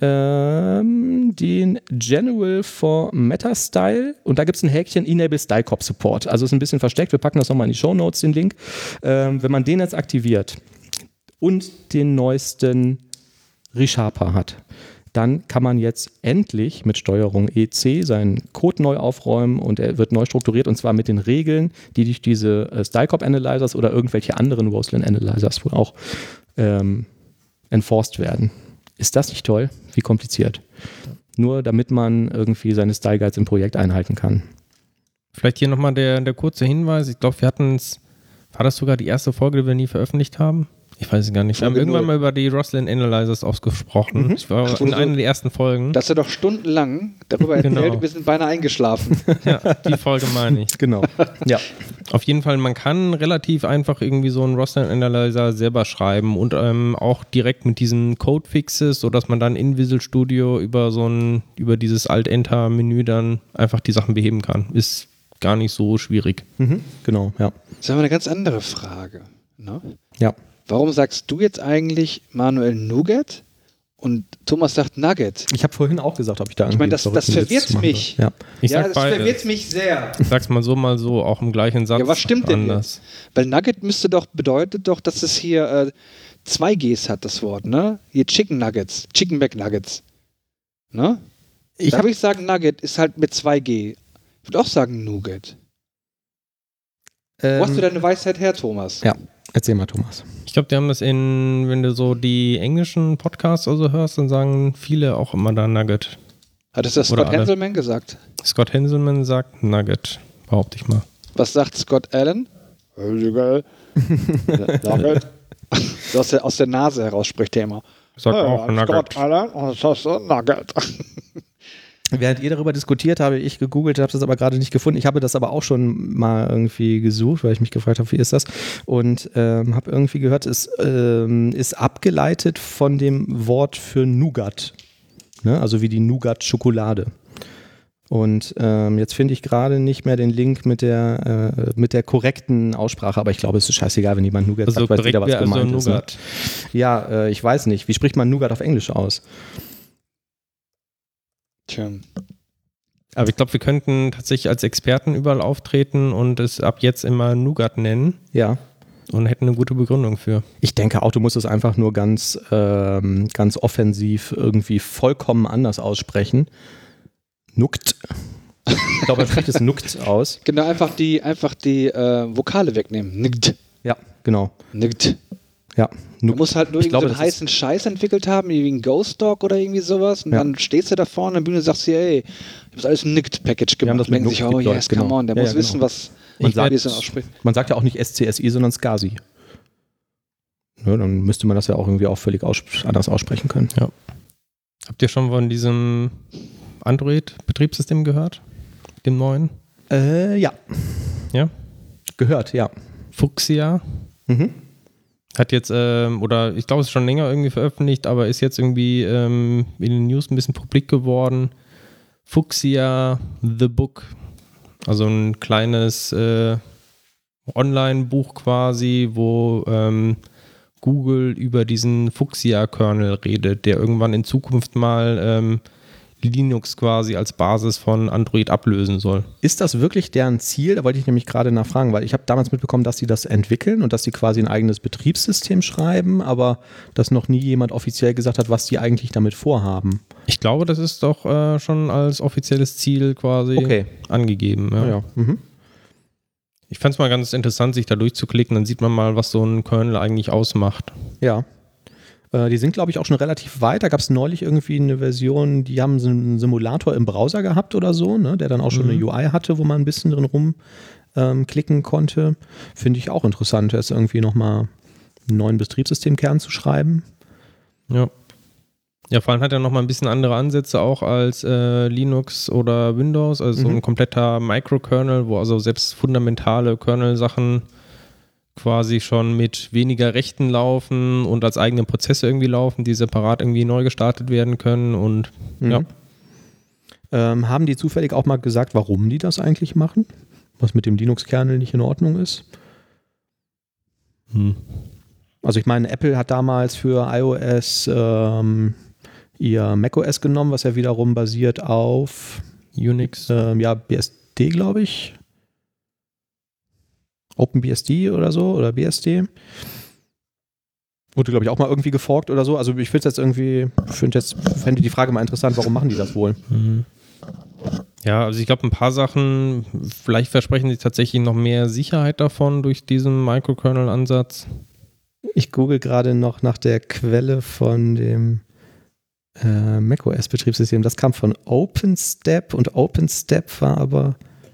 den General for Meta-Style und da gibt es ein Häkchen Enable Stylecop Support. Also ist ein bisschen versteckt, wir packen das nochmal in die Shownotes, den Link. Wenn man den jetzt aktiviert und den neuesten ReSharper hat, dann kann man jetzt endlich mit Steuerung EC seinen Code neu aufräumen und er wird neu strukturiert und zwar mit den Regeln, die durch diese Stylecop Analyzers oder irgendwelche anderen Roslyn Analyzers wohl auch enforced werden. Ist das nicht toll? Wie kompliziert. Nur damit man irgendwie seine Style Guides im Projekt einhalten kann. Vielleicht hier nochmal der kurze Hinweis. Ich glaube, wir hatten es, war das sogar die erste Folge, die wir nie veröffentlicht haben? Ich weiß es gar nicht. Wir haben irgendwann mal über die Roslyn Analyzers ausgesprochen. Ich war in einer der ersten Folgen. Das ist ja doch stundenlang darüber erzählt, wir sind beinahe eingeschlafen. Ja, die Folge meine ich. Genau. Ja. Auf jeden Fall, man kann relativ einfach irgendwie so einen Roslyn Analyzer selber schreiben und auch direkt mit diesen Code-Fixes, sodass man dann in Visual Studio über dieses Alt-Enter-Menü dann einfach die Sachen beheben kann. Ist gar nicht so schwierig. Genau, ja. Jetzt haben wir eine ganz andere Frage. Ne? Ja. Warum sagst du jetzt eigentlich Manuel NuGet und Thomas sagt Nugget? Ich habe vorhin auch gesagt, ob ich da irgendwie... Ich meine, das verwirrt mich. Ja, das verwirrt mich sehr. Ich sag's mal so, auch im gleichen Satz. Ja, was stimmt denn anders? Weil Nugget bedeutet doch, dass es hier 2 Gs hat, das Wort, ne? Hier Chicken Nuggets, Chicken McNuggets. Ne? Ich sagen, Nugget ist halt mit 2G. Ich würde auch sagen NuGet. Wo hast du deine Weisheit her, Thomas? Ja, erzähl mal, Thomas. Ich glaube, die haben das wenn du so die englischen Podcasts also hörst, dann sagen viele auch immer da Nugget. Hat es das Scott Henselman gesagt? Scott Henselman sagt Nugget, behaupte ich mal. Was sagt Scott Allen? Nugget. Aus der Nase heraus spricht er immer. Sagt auch Nugget. Scott Allen, das ist Nugget. Während ihr darüber diskutiert, habe ich gegoogelt, habe das aber gerade nicht gefunden. Ich habe das aber auch schon mal irgendwie gesucht, weil ich mich gefragt habe, wie ist das? Und habe irgendwie gehört, es ist abgeleitet von dem Wort für Nougat. Ne? Also wie die Nougat-Schokolade. Und jetzt finde ich gerade nicht mehr den Link mit der korrekten Aussprache, aber ich glaube, es ist scheißegal, wenn jemand Nougat sagt, weiß jeder, was gemeint ist. Ne? Ja, ich weiß nicht. Wie spricht man Nougat auf Englisch aus? Tja. Aber ich glaube, wir könnten tatsächlich als Experten überall auftreten und es ab jetzt immer Nougat nennen. Ja. und hätten eine gute Begründung für. Ich denke auch, du musst es einfach nur ganz offensiv irgendwie vollkommen anders aussprechen. Nukt. Ich glaube, man spricht es Nukt aus. Genau, einfach die Vokale wegnehmen. Ngt. Ja, genau. Ngt. Ja. Du musst halt nur irgendwie so einen heißen Scheiß entwickelt haben, wie ein Ghost Dog oder irgendwie sowas. Und dann stehst du da vorne an der Bühne und sagst dir, ey, ich habe alles Ngt-Package gemacht. Das denken sich, oh yes, come on, der muss wissen, was man ausspricht. Man sagt ja auch nicht SCSI, sondern SCSI. Ne, dann müsste man das ja auch irgendwie auch völlig anders aussprechen können. Ja. Habt ihr schon von diesem Android-Betriebssystem gehört? Dem neuen? Ja. Ja? Gehört, ja. Fuchsia. Hat jetzt, oder ich glaube, es ist schon länger irgendwie veröffentlicht, aber ist jetzt irgendwie in den News ein bisschen publik geworden. Fuchsia The Book. Also ein kleines Online-Buch quasi, wo Google über diesen Fuchsia-Kernel redet, der irgendwann in Zukunft mal Linux quasi als Basis von Android ablösen soll. Ist das wirklich deren Ziel? Da wollte ich nämlich gerade nachfragen, weil ich habe damals mitbekommen, dass sie das entwickeln und dass sie quasi ein eigenes Betriebssystem schreiben, aber dass noch nie jemand offiziell gesagt hat, was die eigentlich damit vorhaben. Ich glaube, das ist doch schon als offizielles Ziel quasi angegeben. Ja. Ja. Ich fand es mal ganz interessant, sich da durchzuklicken, dann sieht man mal, was so ein Kernel eigentlich ausmacht. Ja. Die sind, glaube ich, auch schon relativ weit. Da gab es neulich irgendwie eine Version, die haben so einen Simulator im Browser gehabt oder so, ne, der dann auch schon eine UI hatte, wo man ein bisschen drin rumklicken konnte. Finde ich auch interessant, jetzt irgendwie nochmal einen neuen Betriebssystemkern zu schreiben. Ja. Ja, vor allem hat er nochmal ein bisschen andere Ansätze auch als Linux oder Windows, also so ein kompletter Microkernel, wo also selbst fundamentale Kernel-Sachen quasi schon mit weniger Rechten laufen und als eigene Prozesse irgendwie laufen, die separat irgendwie neu gestartet werden können und ja. Haben die zufällig auch mal gesagt, warum die das eigentlich machen? Was mit dem Linux-Kernel nicht in Ordnung ist? Also ich meine, Apple hat damals für iOS ihr macOS genommen, was ja wiederum basiert auf Unix. BSD, glaube ich. OpenBSD oder so, oder BSD. Wurde, glaube ich, auch mal irgendwie geforkt oder so. Also ich finde die Frage mal interessant, warum machen die das wohl? Ja, also ich glaube, ein paar Sachen, vielleicht versprechen sie tatsächlich noch mehr Sicherheit davon durch diesen Microkernel-Ansatz. Ich google gerade noch nach der Quelle von dem macOS-Betriebssystem. Das kam von OpenStep und OpenStep war aber...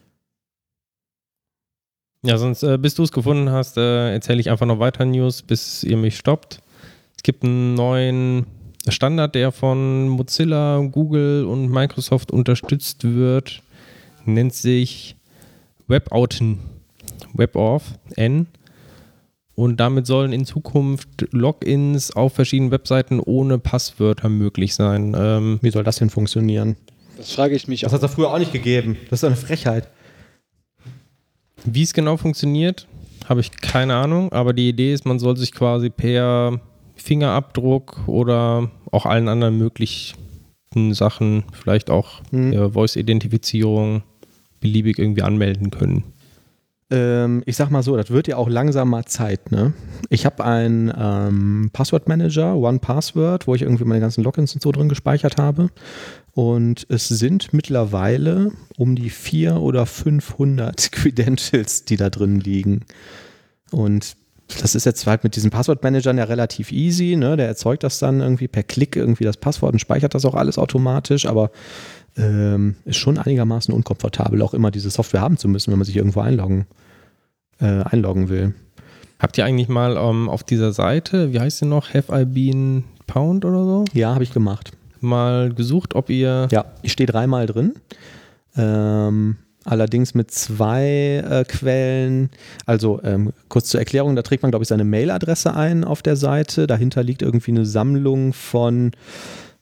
Ja, sonst bis du es gefunden hast, erzähle ich einfach noch weiter News, bis ihr mich stoppt. Es gibt einen neuen Standard, der von Mozilla, Google und Microsoft unterstützt wird. Nennt sich WebAuthn. WebAuthn. Und damit sollen in Zukunft Logins auf verschiedenen Webseiten ohne Passwörter möglich sein. Wie soll das denn funktionieren? Das frage ich mich auch. Das hat es früher auch nicht gegeben. Das ist doch eine Frechheit. Wie es genau funktioniert, habe ich keine Ahnung, aber die Idee ist, man soll sich quasi per Fingerabdruck oder auch allen anderen möglichen Sachen, vielleicht auch Voice-Identifizierung, beliebig irgendwie anmelden können. Ich sag mal so, das wird ja auch langsam mal Zeit, ne? Ich habe einen Passwortmanager, OnePassword, wo ich irgendwie meine ganzen Logins und so drin gespeichert habe. Und es sind mittlerweile um die 400 oder 500 Credentials, die da drin liegen. Und das ist jetzt halt mit diesen Passwortmanagern ja relativ easy, ne? Der erzeugt das dann irgendwie per Klick irgendwie das Passwort und speichert das auch alles automatisch, aber ist schon einigermaßen unkomfortabel, auch immer diese Software haben zu müssen, wenn man sich irgendwo einloggen will. Habt ihr eigentlich mal auf dieser Seite, wie heißt sie noch, Have I Been Pwned oder so? Ja, habe ich gemacht. Mal gesucht, ob ihr... Ja, ich stehe 3-mal drin. Allerdings mit 2 Quellen. Also kurz zur Erklärung, da trägt man, glaube ich, seine Mailadresse ein auf der Seite. Dahinter liegt irgendwie eine Sammlung von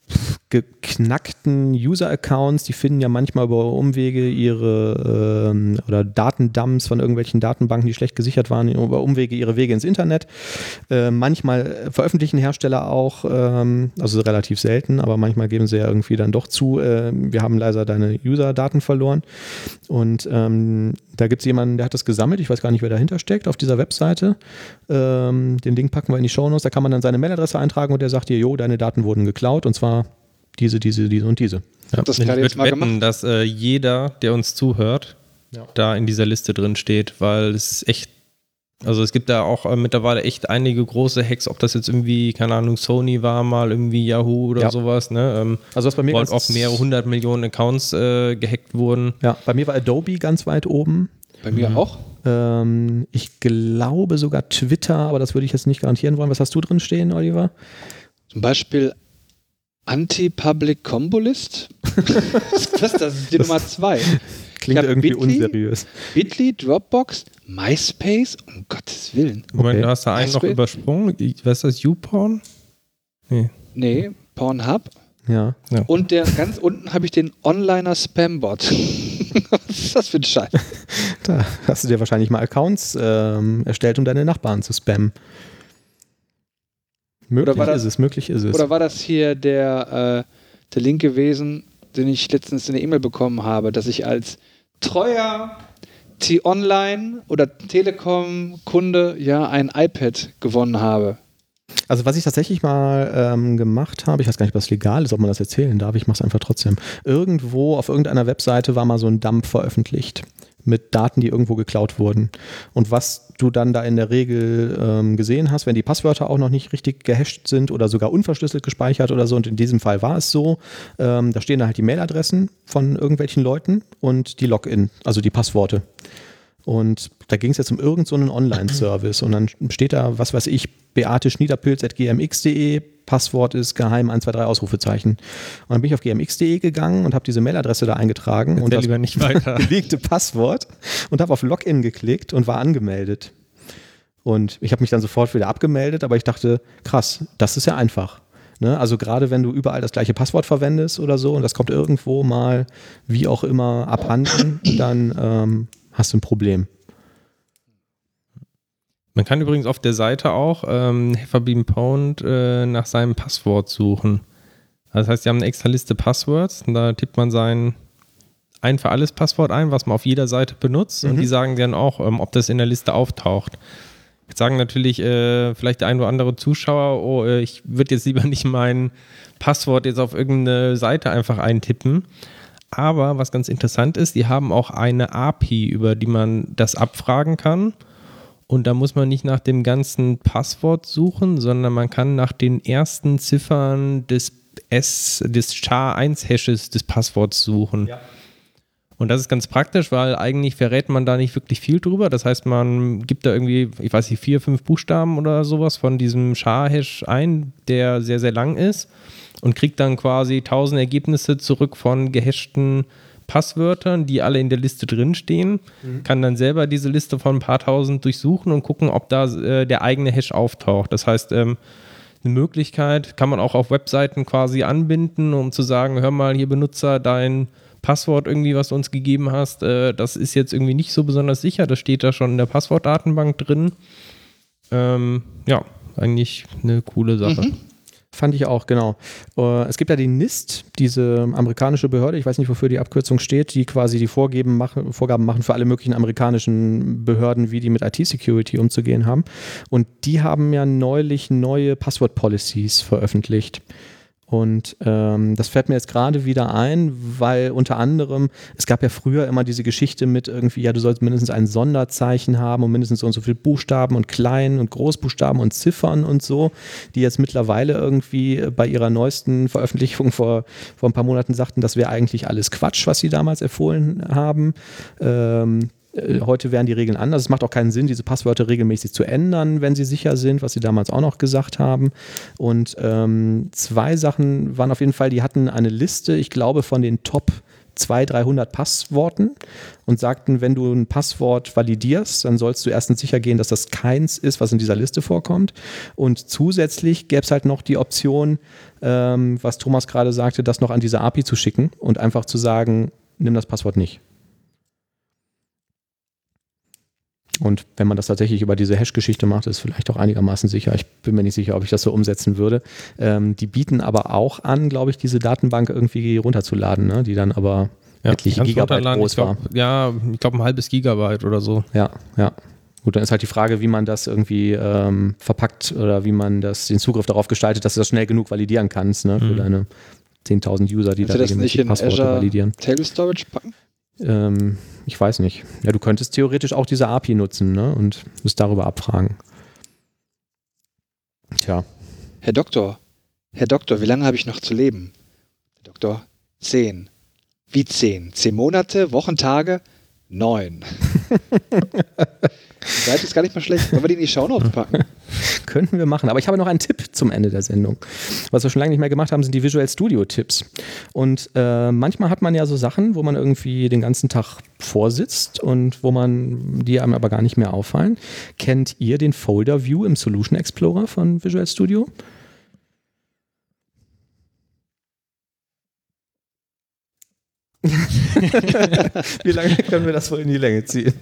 geknackten User-Accounts, die finden ja manchmal über Umwege ihre oder Datendumps von irgendwelchen Datenbanken, die schlecht gesichert waren, über Umwege ihre Wege ins Internet. Manchmal veröffentlichen Hersteller auch, also relativ selten, aber manchmal geben sie ja irgendwie dann doch zu, wir haben leider deine User-Daten verloren. Und da gibt es jemanden, der hat das gesammelt, ich weiß gar nicht, wer dahinter steckt, auf dieser Webseite. Den Link packen wir in die Shownotes, da kann man dann seine Mailadresse eintragen und der sagt dir, jo, deine Daten wurden geklaut und zwar diese und diese. Ja, das ich würde wetten, dass jeder, der uns zuhört, da in dieser Liste drin steht, weil es echt, also es gibt da auch mittlerweile echt einige große Hacks, ob das jetzt irgendwie, keine Ahnung, Sony war mal, irgendwie Yahoo oder sowas, ne? Also was bei mir auch mehrere 100 Millionen Accounts gehackt wurden. Ja, bei mir war Adobe ganz weit oben. Bei mir auch. Ich glaube sogar Twitter, aber das würde ich jetzt nicht garantieren wollen. Was hast du drin stehen, Oliver? Zum Beispiel Anti-Public Combo List. Das ist die Nummer 2. Klingt irgendwie unseriös. Bitly, Dropbox, MySpace, um Gottes Willen. Moment, du hast da einen noch übersprungen. Was ist das, YouPorn? Nee, Pornhub. Ja. Und ganz unten habe ich den Onliner-Spam-Bot. Was ist das für ein Scheiß? Da hast du dir wahrscheinlich mal Accounts erstellt, um deine Nachbarn zu spammen. Möglich ist es. Oder war das hier der Link gewesen, den ich letztens in der E-Mail bekommen habe, dass ich als treuer T-Online oder Telekom-Kunde ein iPad gewonnen habe? Also was ich tatsächlich mal gemacht habe, ich weiß gar nicht, ob das legal ist, ob man das erzählen darf, ich mache es einfach trotzdem. Irgendwo auf irgendeiner Webseite war mal so ein Dump veröffentlicht mit Daten, die irgendwo geklaut wurden. Und was du dann da in der Regel gesehen hast, wenn die Passwörter auch noch nicht richtig gehasht sind oder sogar unverschlüsselt gespeichert oder so, und in diesem Fall war es so, da stehen da halt die Mailadressen von irgendwelchen Leuten und die Login, also die Passworte. Und da ging es jetzt um irgend so einen Online-Service und dann steht da, was weiß ich, beate.schniederpilz@gmx.de, Passwort ist geheim 123 Ausrufezeichen. Und dann bin ich auf gmx.de gegangen und habe diese Mailadresse da eingetragen und das belegte Passwort und habe auf Login geklickt und war angemeldet. Und ich habe mich dann sofort wieder abgemeldet, aber ich dachte, krass, das ist ja einfach. Ne? Also gerade wenn du überall das gleiche Passwort verwendest oder so und das kommt irgendwo mal, wie auch immer, abhanden, dann hast du ein Problem. Man kann übrigens auf der Seite auch Hefferbeam Pound nach seinem Passwort suchen. Das heißt, die haben eine extra Liste Passwords und da tippt man sein ein für alles Passwort ein, was man auf jeder Seite benutzt und die sagen dann auch, ob das in der Liste auftaucht. Jetzt sagen natürlich vielleicht der ein oder andere Zuschauer, ich würde jetzt lieber nicht mein Passwort jetzt auf irgendeine Seite einfach eintippen. Aber was ganz interessant ist, die haben auch eine API, über die man das abfragen kann. Und da muss man nicht nach dem ganzen Passwort suchen, sondern man kann nach den ersten Ziffern des SHA-1-Hashes des Passworts suchen. Ja. Und das ist ganz praktisch, weil eigentlich verrät man da nicht wirklich viel drüber. Das heißt, man gibt da irgendwie, ich weiß nicht, 4, 5 Buchstaben oder sowas von diesem SHA-Hash ein, der sehr, sehr lang ist. Und kriegt dann quasi 1000 Ergebnisse zurück von gehashten Passwörtern, die alle in der Liste drinstehen, kann dann selber diese Liste von ein paar tausend durchsuchen und gucken, ob da der eigene Hash auftaucht. Das heißt, eine Möglichkeit kann man auch auf Webseiten quasi anbinden, um zu sagen, hör mal, hier Benutzer, dein Passwort irgendwie, was du uns gegeben hast, das ist jetzt irgendwie nicht so besonders sicher, das steht da schon in der Passwortdatenbank drin. Eigentlich eine coole Sache. Fand ich auch, genau. Es gibt ja die NIST, diese amerikanische Behörde, ich weiß nicht, wofür die Abkürzung steht, die quasi die Vorgaben machen für alle möglichen amerikanischen Behörden, wie die mit IT-Security umzugehen haben. Und die haben ja neulich neue Passwort-Policies veröffentlicht. Und das fällt mir jetzt gerade wieder ein, weil unter anderem, es gab ja früher immer diese Geschichte mit irgendwie, ja, du sollst mindestens ein Sonderzeichen haben und mindestens so und so viele Buchstaben und Klein- und Großbuchstaben und Ziffern und so, die jetzt mittlerweile irgendwie bei ihrer neuesten Veröffentlichung vor ein paar Monaten sagten, das wäre eigentlich alles Quatsch, was sie damals empfohlen haben. Heute wären die Regeln anders. Es macht auch keinen Sinn, diese Passwörter regelmäßig zu ändern, wenn sie sicher sind, was sie damals auch noch gesagt haben. Und 2 Sachen waren auf jeden Fall, die hatten eine Liste, ich glaube, von den Top 200, 300 Passworten und sagten, wenn du ein Passwort validierst, dann sollst du erstens sicher gehen, dass das keins ist, was in dieser Liste vorkommt. Und zusätzlich gäbe es halt noch die Option, was Thomas gerade sagte, das noch an diese API zu schicken und einfach zu sagen, nimm das Passwort nicht. Und wenn man das tatsächlich über diese Hash-Geschichte macht, ist vielleicht auch einigermaßen sicher. Ich bin mir nicht sicher, ob ich das so umsetzen würde. Die bieten aber auch an, glaube ich, diese Datenbank irgendwie runterzuladen, ne? Die dann aber etliche Gigabyte groß war. Ja, ich glaube ein halbes Gigabyte oder so. Ja. Gut, dann ist halt die Frage, wie man das irgendwie verpackt oder wie man den Zugriff darauf gestaltet, dass du das schnell genug validieren kannst, ne? Für deine 10.000 User, die da regelmäßig Passworte validieren. Table Storage packen? Ich weiß nicht. Ja, du könntest theoretisch auch diese API nutzen, ne? Und musst darüber abfragen. Tja. Herr Doktor, wie lange habe ich noch zu leben? Herr Doktor, 10. Wie 10? 10 Monate, Wochen, Tage? 9. Die Seite ist gar nicht mal schlecht. Wollen wir die in die Shownotes packen? Könnten wir machen. Aber ich habe noch einen Tipp zum Ende der Sendung. Was wir schon lange nicht mehr gemacht haben, sind die Visual Studio Tipps. Und manchmal hat man ja so Sachen, wo man irgendwie den ganzen Tag vorsitzt und die einem aber gar nicht mehr auffallen. Kennt ihr den Folder View im Solution Explorer von Visual Studio? Wie lange können wir das wohl in die Länge ziehen?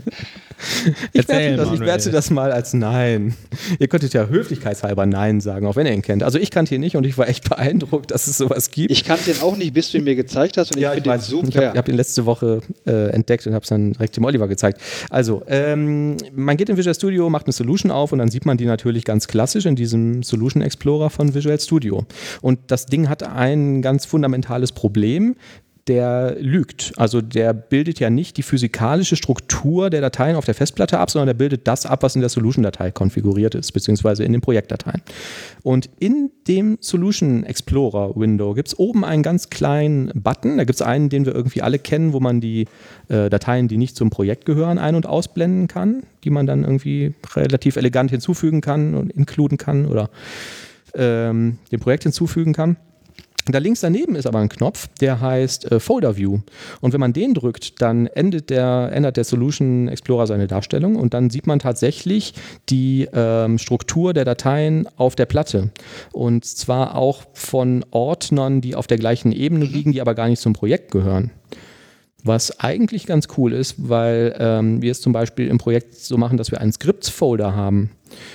Ich werte das mal als Nein. Ihr könntet ja höflichkeitshalber Nein sagen, auch wenn ihr ihn kennt. Also ich kannte ihn nicht und ich war echt beeindruckt, dass es sowas gibt. Ich kannte ihn auch nicht, bis du ihn mir gezeigt hast und ich finde ihn super. Ich habe ihn letzte Woche entdeckt und habe es dann direkt dem Oliver gezeigt. Also, man geht in Visual Studio, macht eine Solution auf und dann sieht man die natürlich ganz klassisch in diesem Solution Explorer von Visual Studio. Und das Ding hat ein ganz fundamentales Problem. Der lügt. Also der bildet ja nicht die physikalische Struktur der Dateien auf der Festplatte ab, sondern der bildet das ab, was in der Solution-Datei konfiguriert ist, beziehungsweise in den Projektdateien. Und in dem Solution Explorer-Window gibt es oben einen ganz kleinen Button. Da gibt es einen, den wir irgendwie alle kennen, wo man die Dateien, die nicht zum Projekt gehören, ein- und ausblenden kann, die man dann irgendwie relativ elegant hinzufügen kann und inkluden kann oder dem Projekt hinzufügen kann. Da links daneben ist aber ein Knopf, der heißt Folder View. Und wenn man den drückt, dann ändert der Solution Explorer seine Darstellung und dann sieht man tatsächlich die Struktur der Dateien auf der Platte. Und zwar auch von Ordnern, die auf der gleichen Ebene liegen, die aber gar nicht zum Projekt gehören. Was eigentlich ganz cool ist, weil wir es zum Beispiel im Projekt so machen, dass wir einen Scripts-Folder haben,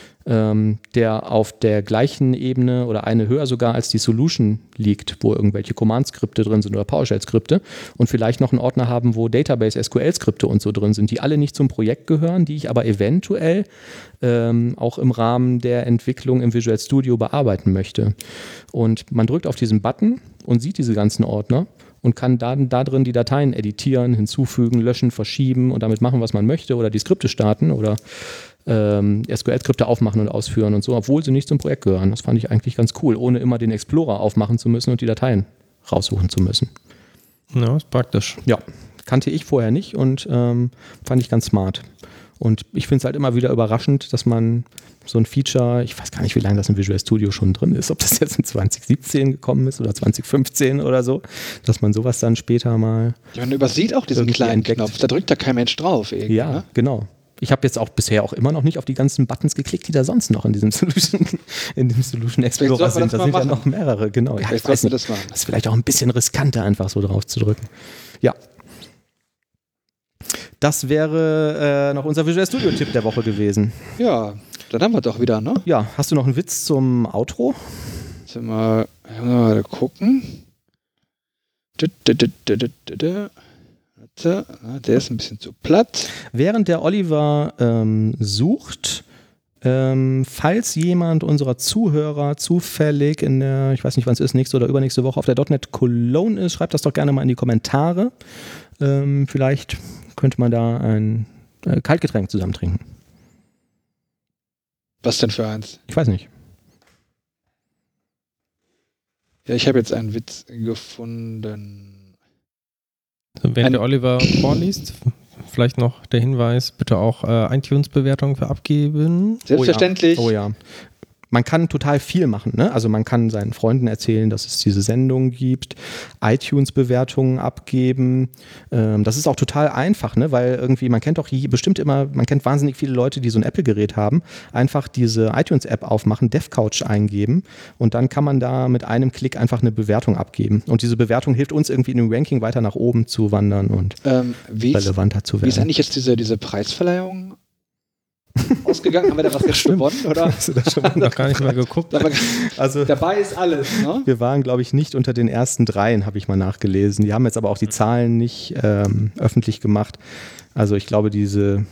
der auf der gleichen Ebene oder eine höher sogar als die Solution liegt, wo irgendwelche Command-Skripte drin sind oder PowerShell-Skripte und vielleicht noch einen Ordner haben, wo Database-SQL-Skripte und so drin sind, die alle nicht zum Projekt gehören, die ich aber eventuell auch im Rahmen der Entwicklung im Visual Studio bearbeiten möchte. Und man drückt auf diesen Button und sieht diese ganzen Ordner und kann dann da drin die Dateien editieren, hinzufügen, löschen, verschieben und damit machen, was man möchte oder die Skripte starten oder SQL-Skripte aufmachen und ausführen und so, obwohl sie nicht zum Projekt gehören. Das fand ich eigentlich ganz cool, ohne immer den Explorer aufmachen zu müssen und die Dateien raussuchen zu müssen. Ja, ist praktisch. Ja, kannte ich vorher nicht und fand ich ganz smart. Und ich finde es halt immer wieder überraschend, dass man so ein Feature, ich weiß gar nicht, wie lange das in Visual Studio schon drin ist, ob das jetzt in 2017 gekommen ist oder 2015 oder so, dass man sowas dann später mal. Ja, man übersieht auch diesen kleinen Knopf, da drückt da kein Mensch drauf. Ja, ne? Genau. Ich habe jetzt auch bisher auch immer noch nicht auf die ganzen Buttons geklickt, die da sonst noch in dem Solution Explorer sind. Da sind ja noch mehrere, genau. Ja, ich weiß nicht, das ist vielleicht auch ein bisschen riskanter, einfach so drauf zu drücken. Ja. Das wäre noch unser Visual Studio-Tipp der Woche gewesen. Ja, dann haben wir doch wieder, ne? Ja, hast du noch einen Witz zum Outro? Jetzt mal gucken. Der ist ein bisschen zu platt. Während der Oliver sucht, falls jemand unserer Zuhörer zufällig in der, ich weiß nicht, wann es ist, nächste oder übernächste Woche auf der .NET Cologne ist, schreibt das doch gerne mal in die Kommentare. Vielleicht könnte man da ein Kaltgetränk zusammen trinken. Was denn für eins? Ich weiß nicht. Ja, ich habe jetzt einen Witz gefunden. Während der Oliver vorliest, vielleicht noch der Hinweis, bitte auch iTunes-Bewertungen für abgeben. Selbstverständlich. Oh ja. man kann total viel machen, ne? Also man kann seinen Freunden erzählen, dass es diese Sendung gibt, iTunes-Bewertungen abgeben. Das ist auch total einfach, ne? Weil irgendwie, man kennt wahnsinnig viele Leute, die so ein Apple-Gerät haben, einfach diese iTunes-App aufmachen, DevCouch eingeben und dann kann man da mit einem Klick einfach eine Bewertung abgeben. Und diese Bewertung hilft uns irgendwie in dem Ranking weiter nach oben zu wandern und relevanter zu werden. Wie ist eigentlich jetzt diese Preisverleihung ausgegangen? Haben wir da was jetzt gewonnen, oder? Hast du das schon noch gar nicht mal geguckt? Also, dabei ist alles, ne? Wir waren, glaube ich, nicht unter den ersten 3, habe ich mal nachgelesen. Die haben jetzt aber auch die Zahlen nicht öffentlich gemacht. Also ich glaube, diese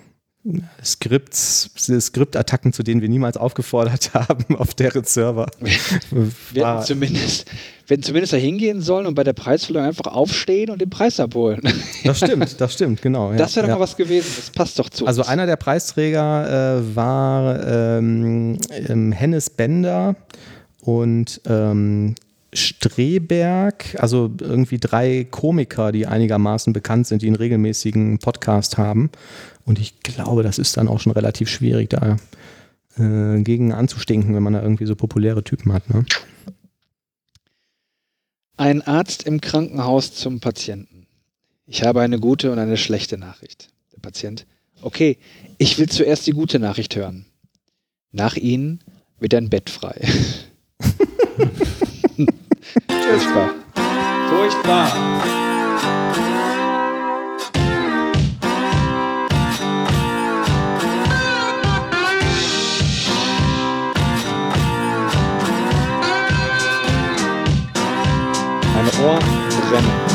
Skriptattacken, zu denen wir niemals aufgefordert haben, auf deren Server. Wir hätten zumindest da hingehen sollen und bei der Preisverleihung einfach aufstehen und den Preis abholen. Das stimmt, genau. Ja, das wäre doch mal was gewesen, das passt doch zu uns. Also einer der Preisträger war Hennes Bender und Streberg, also irgendwie 3 Komiker, die einigermaßen bekannt sind, die einen regelmäßigen Podcast haben. Und ich glaube, das ist dann auch schon relativ schwierig, da gegen anzustinken, wenn man da irgendwie so populäre Typen hat. Ne? Ein Arzt im Krankenhaus zum Patienten. Ich habe eine gute und eine schlechte Nachricht. Der Patient. Okay, ich will zuerst die gute Nachricht hören. Nach Ihnen wird ein Bett frei. Furchtbar. Meine Ohren brennen.